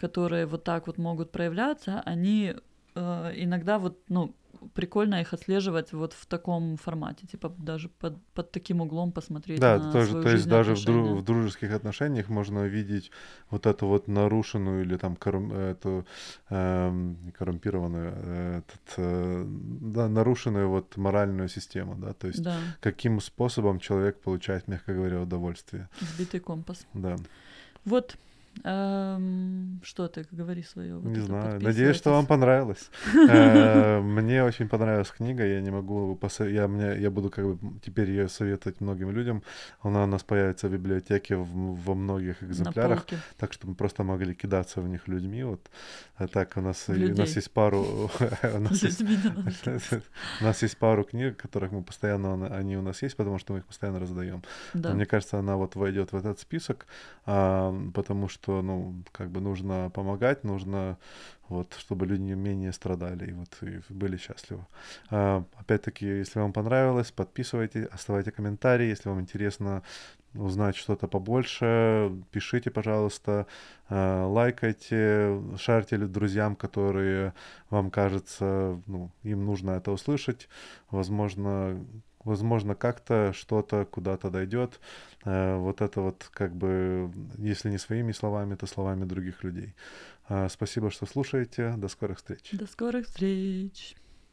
которые вот так вот могут проявляться, они э, иногда вот, ну, прикольно их отслеживать вот в таком формате, типа даже под, под таким углом посмотреть Да, это на тоже, свою то есть жизнь и даже в, дру- отношения. в дружеских отношениях можно увидеть вот эту вот нарушенную или там коррум- эту эм, не коррумпированную, э, этот, э, да, нарушенную вот моральную систему, да, то есть Да, каким способом человек получает, мягко говоря, удовольствие. сбитый компас. Да, Вот, эм, что ты, говори свое, вот не это знаю. Надеюсь, что вам подписывайтесь. понравилось. Э, Мне очень понравилась книга. Я не могу посо- я мне я буду как бы теперь ее советовать многим людям. Она у нас появится в библиотеке в- во многих На экземплярах, полке так что мы просто могли кидаться в них людьми. Вот. А так у нас в и- у нас людей. есть пару у нас есть Людьми не надо кидаться. у нас есть пару книг, которых мы постоянно на- они у нас есть, потому что мы их постоянно раздаем. Но Да, мне кажется, она вот войдет в этот список, а, потому что, ну, как бы нужно помогать, нужно вот, чтобы люди не менее страдали и вот и были счастливы. А, опять-таки, если вам понравилось, подписывайтесь, оставляйте комментарии, если вам интересно узнать что-то побольше, пишите, пожалуйста, а, лайкайте, шарьте ли друзьям, которые вам кажется, ну, им нужно это услышать. Возможно, возможно, как-то что-то куда-то дойдет. Э, Вот это вот как бы, если не своими словами, то словами других людей. А, Спасибо, что слушаете. До скорых встреч. до скорых встреч.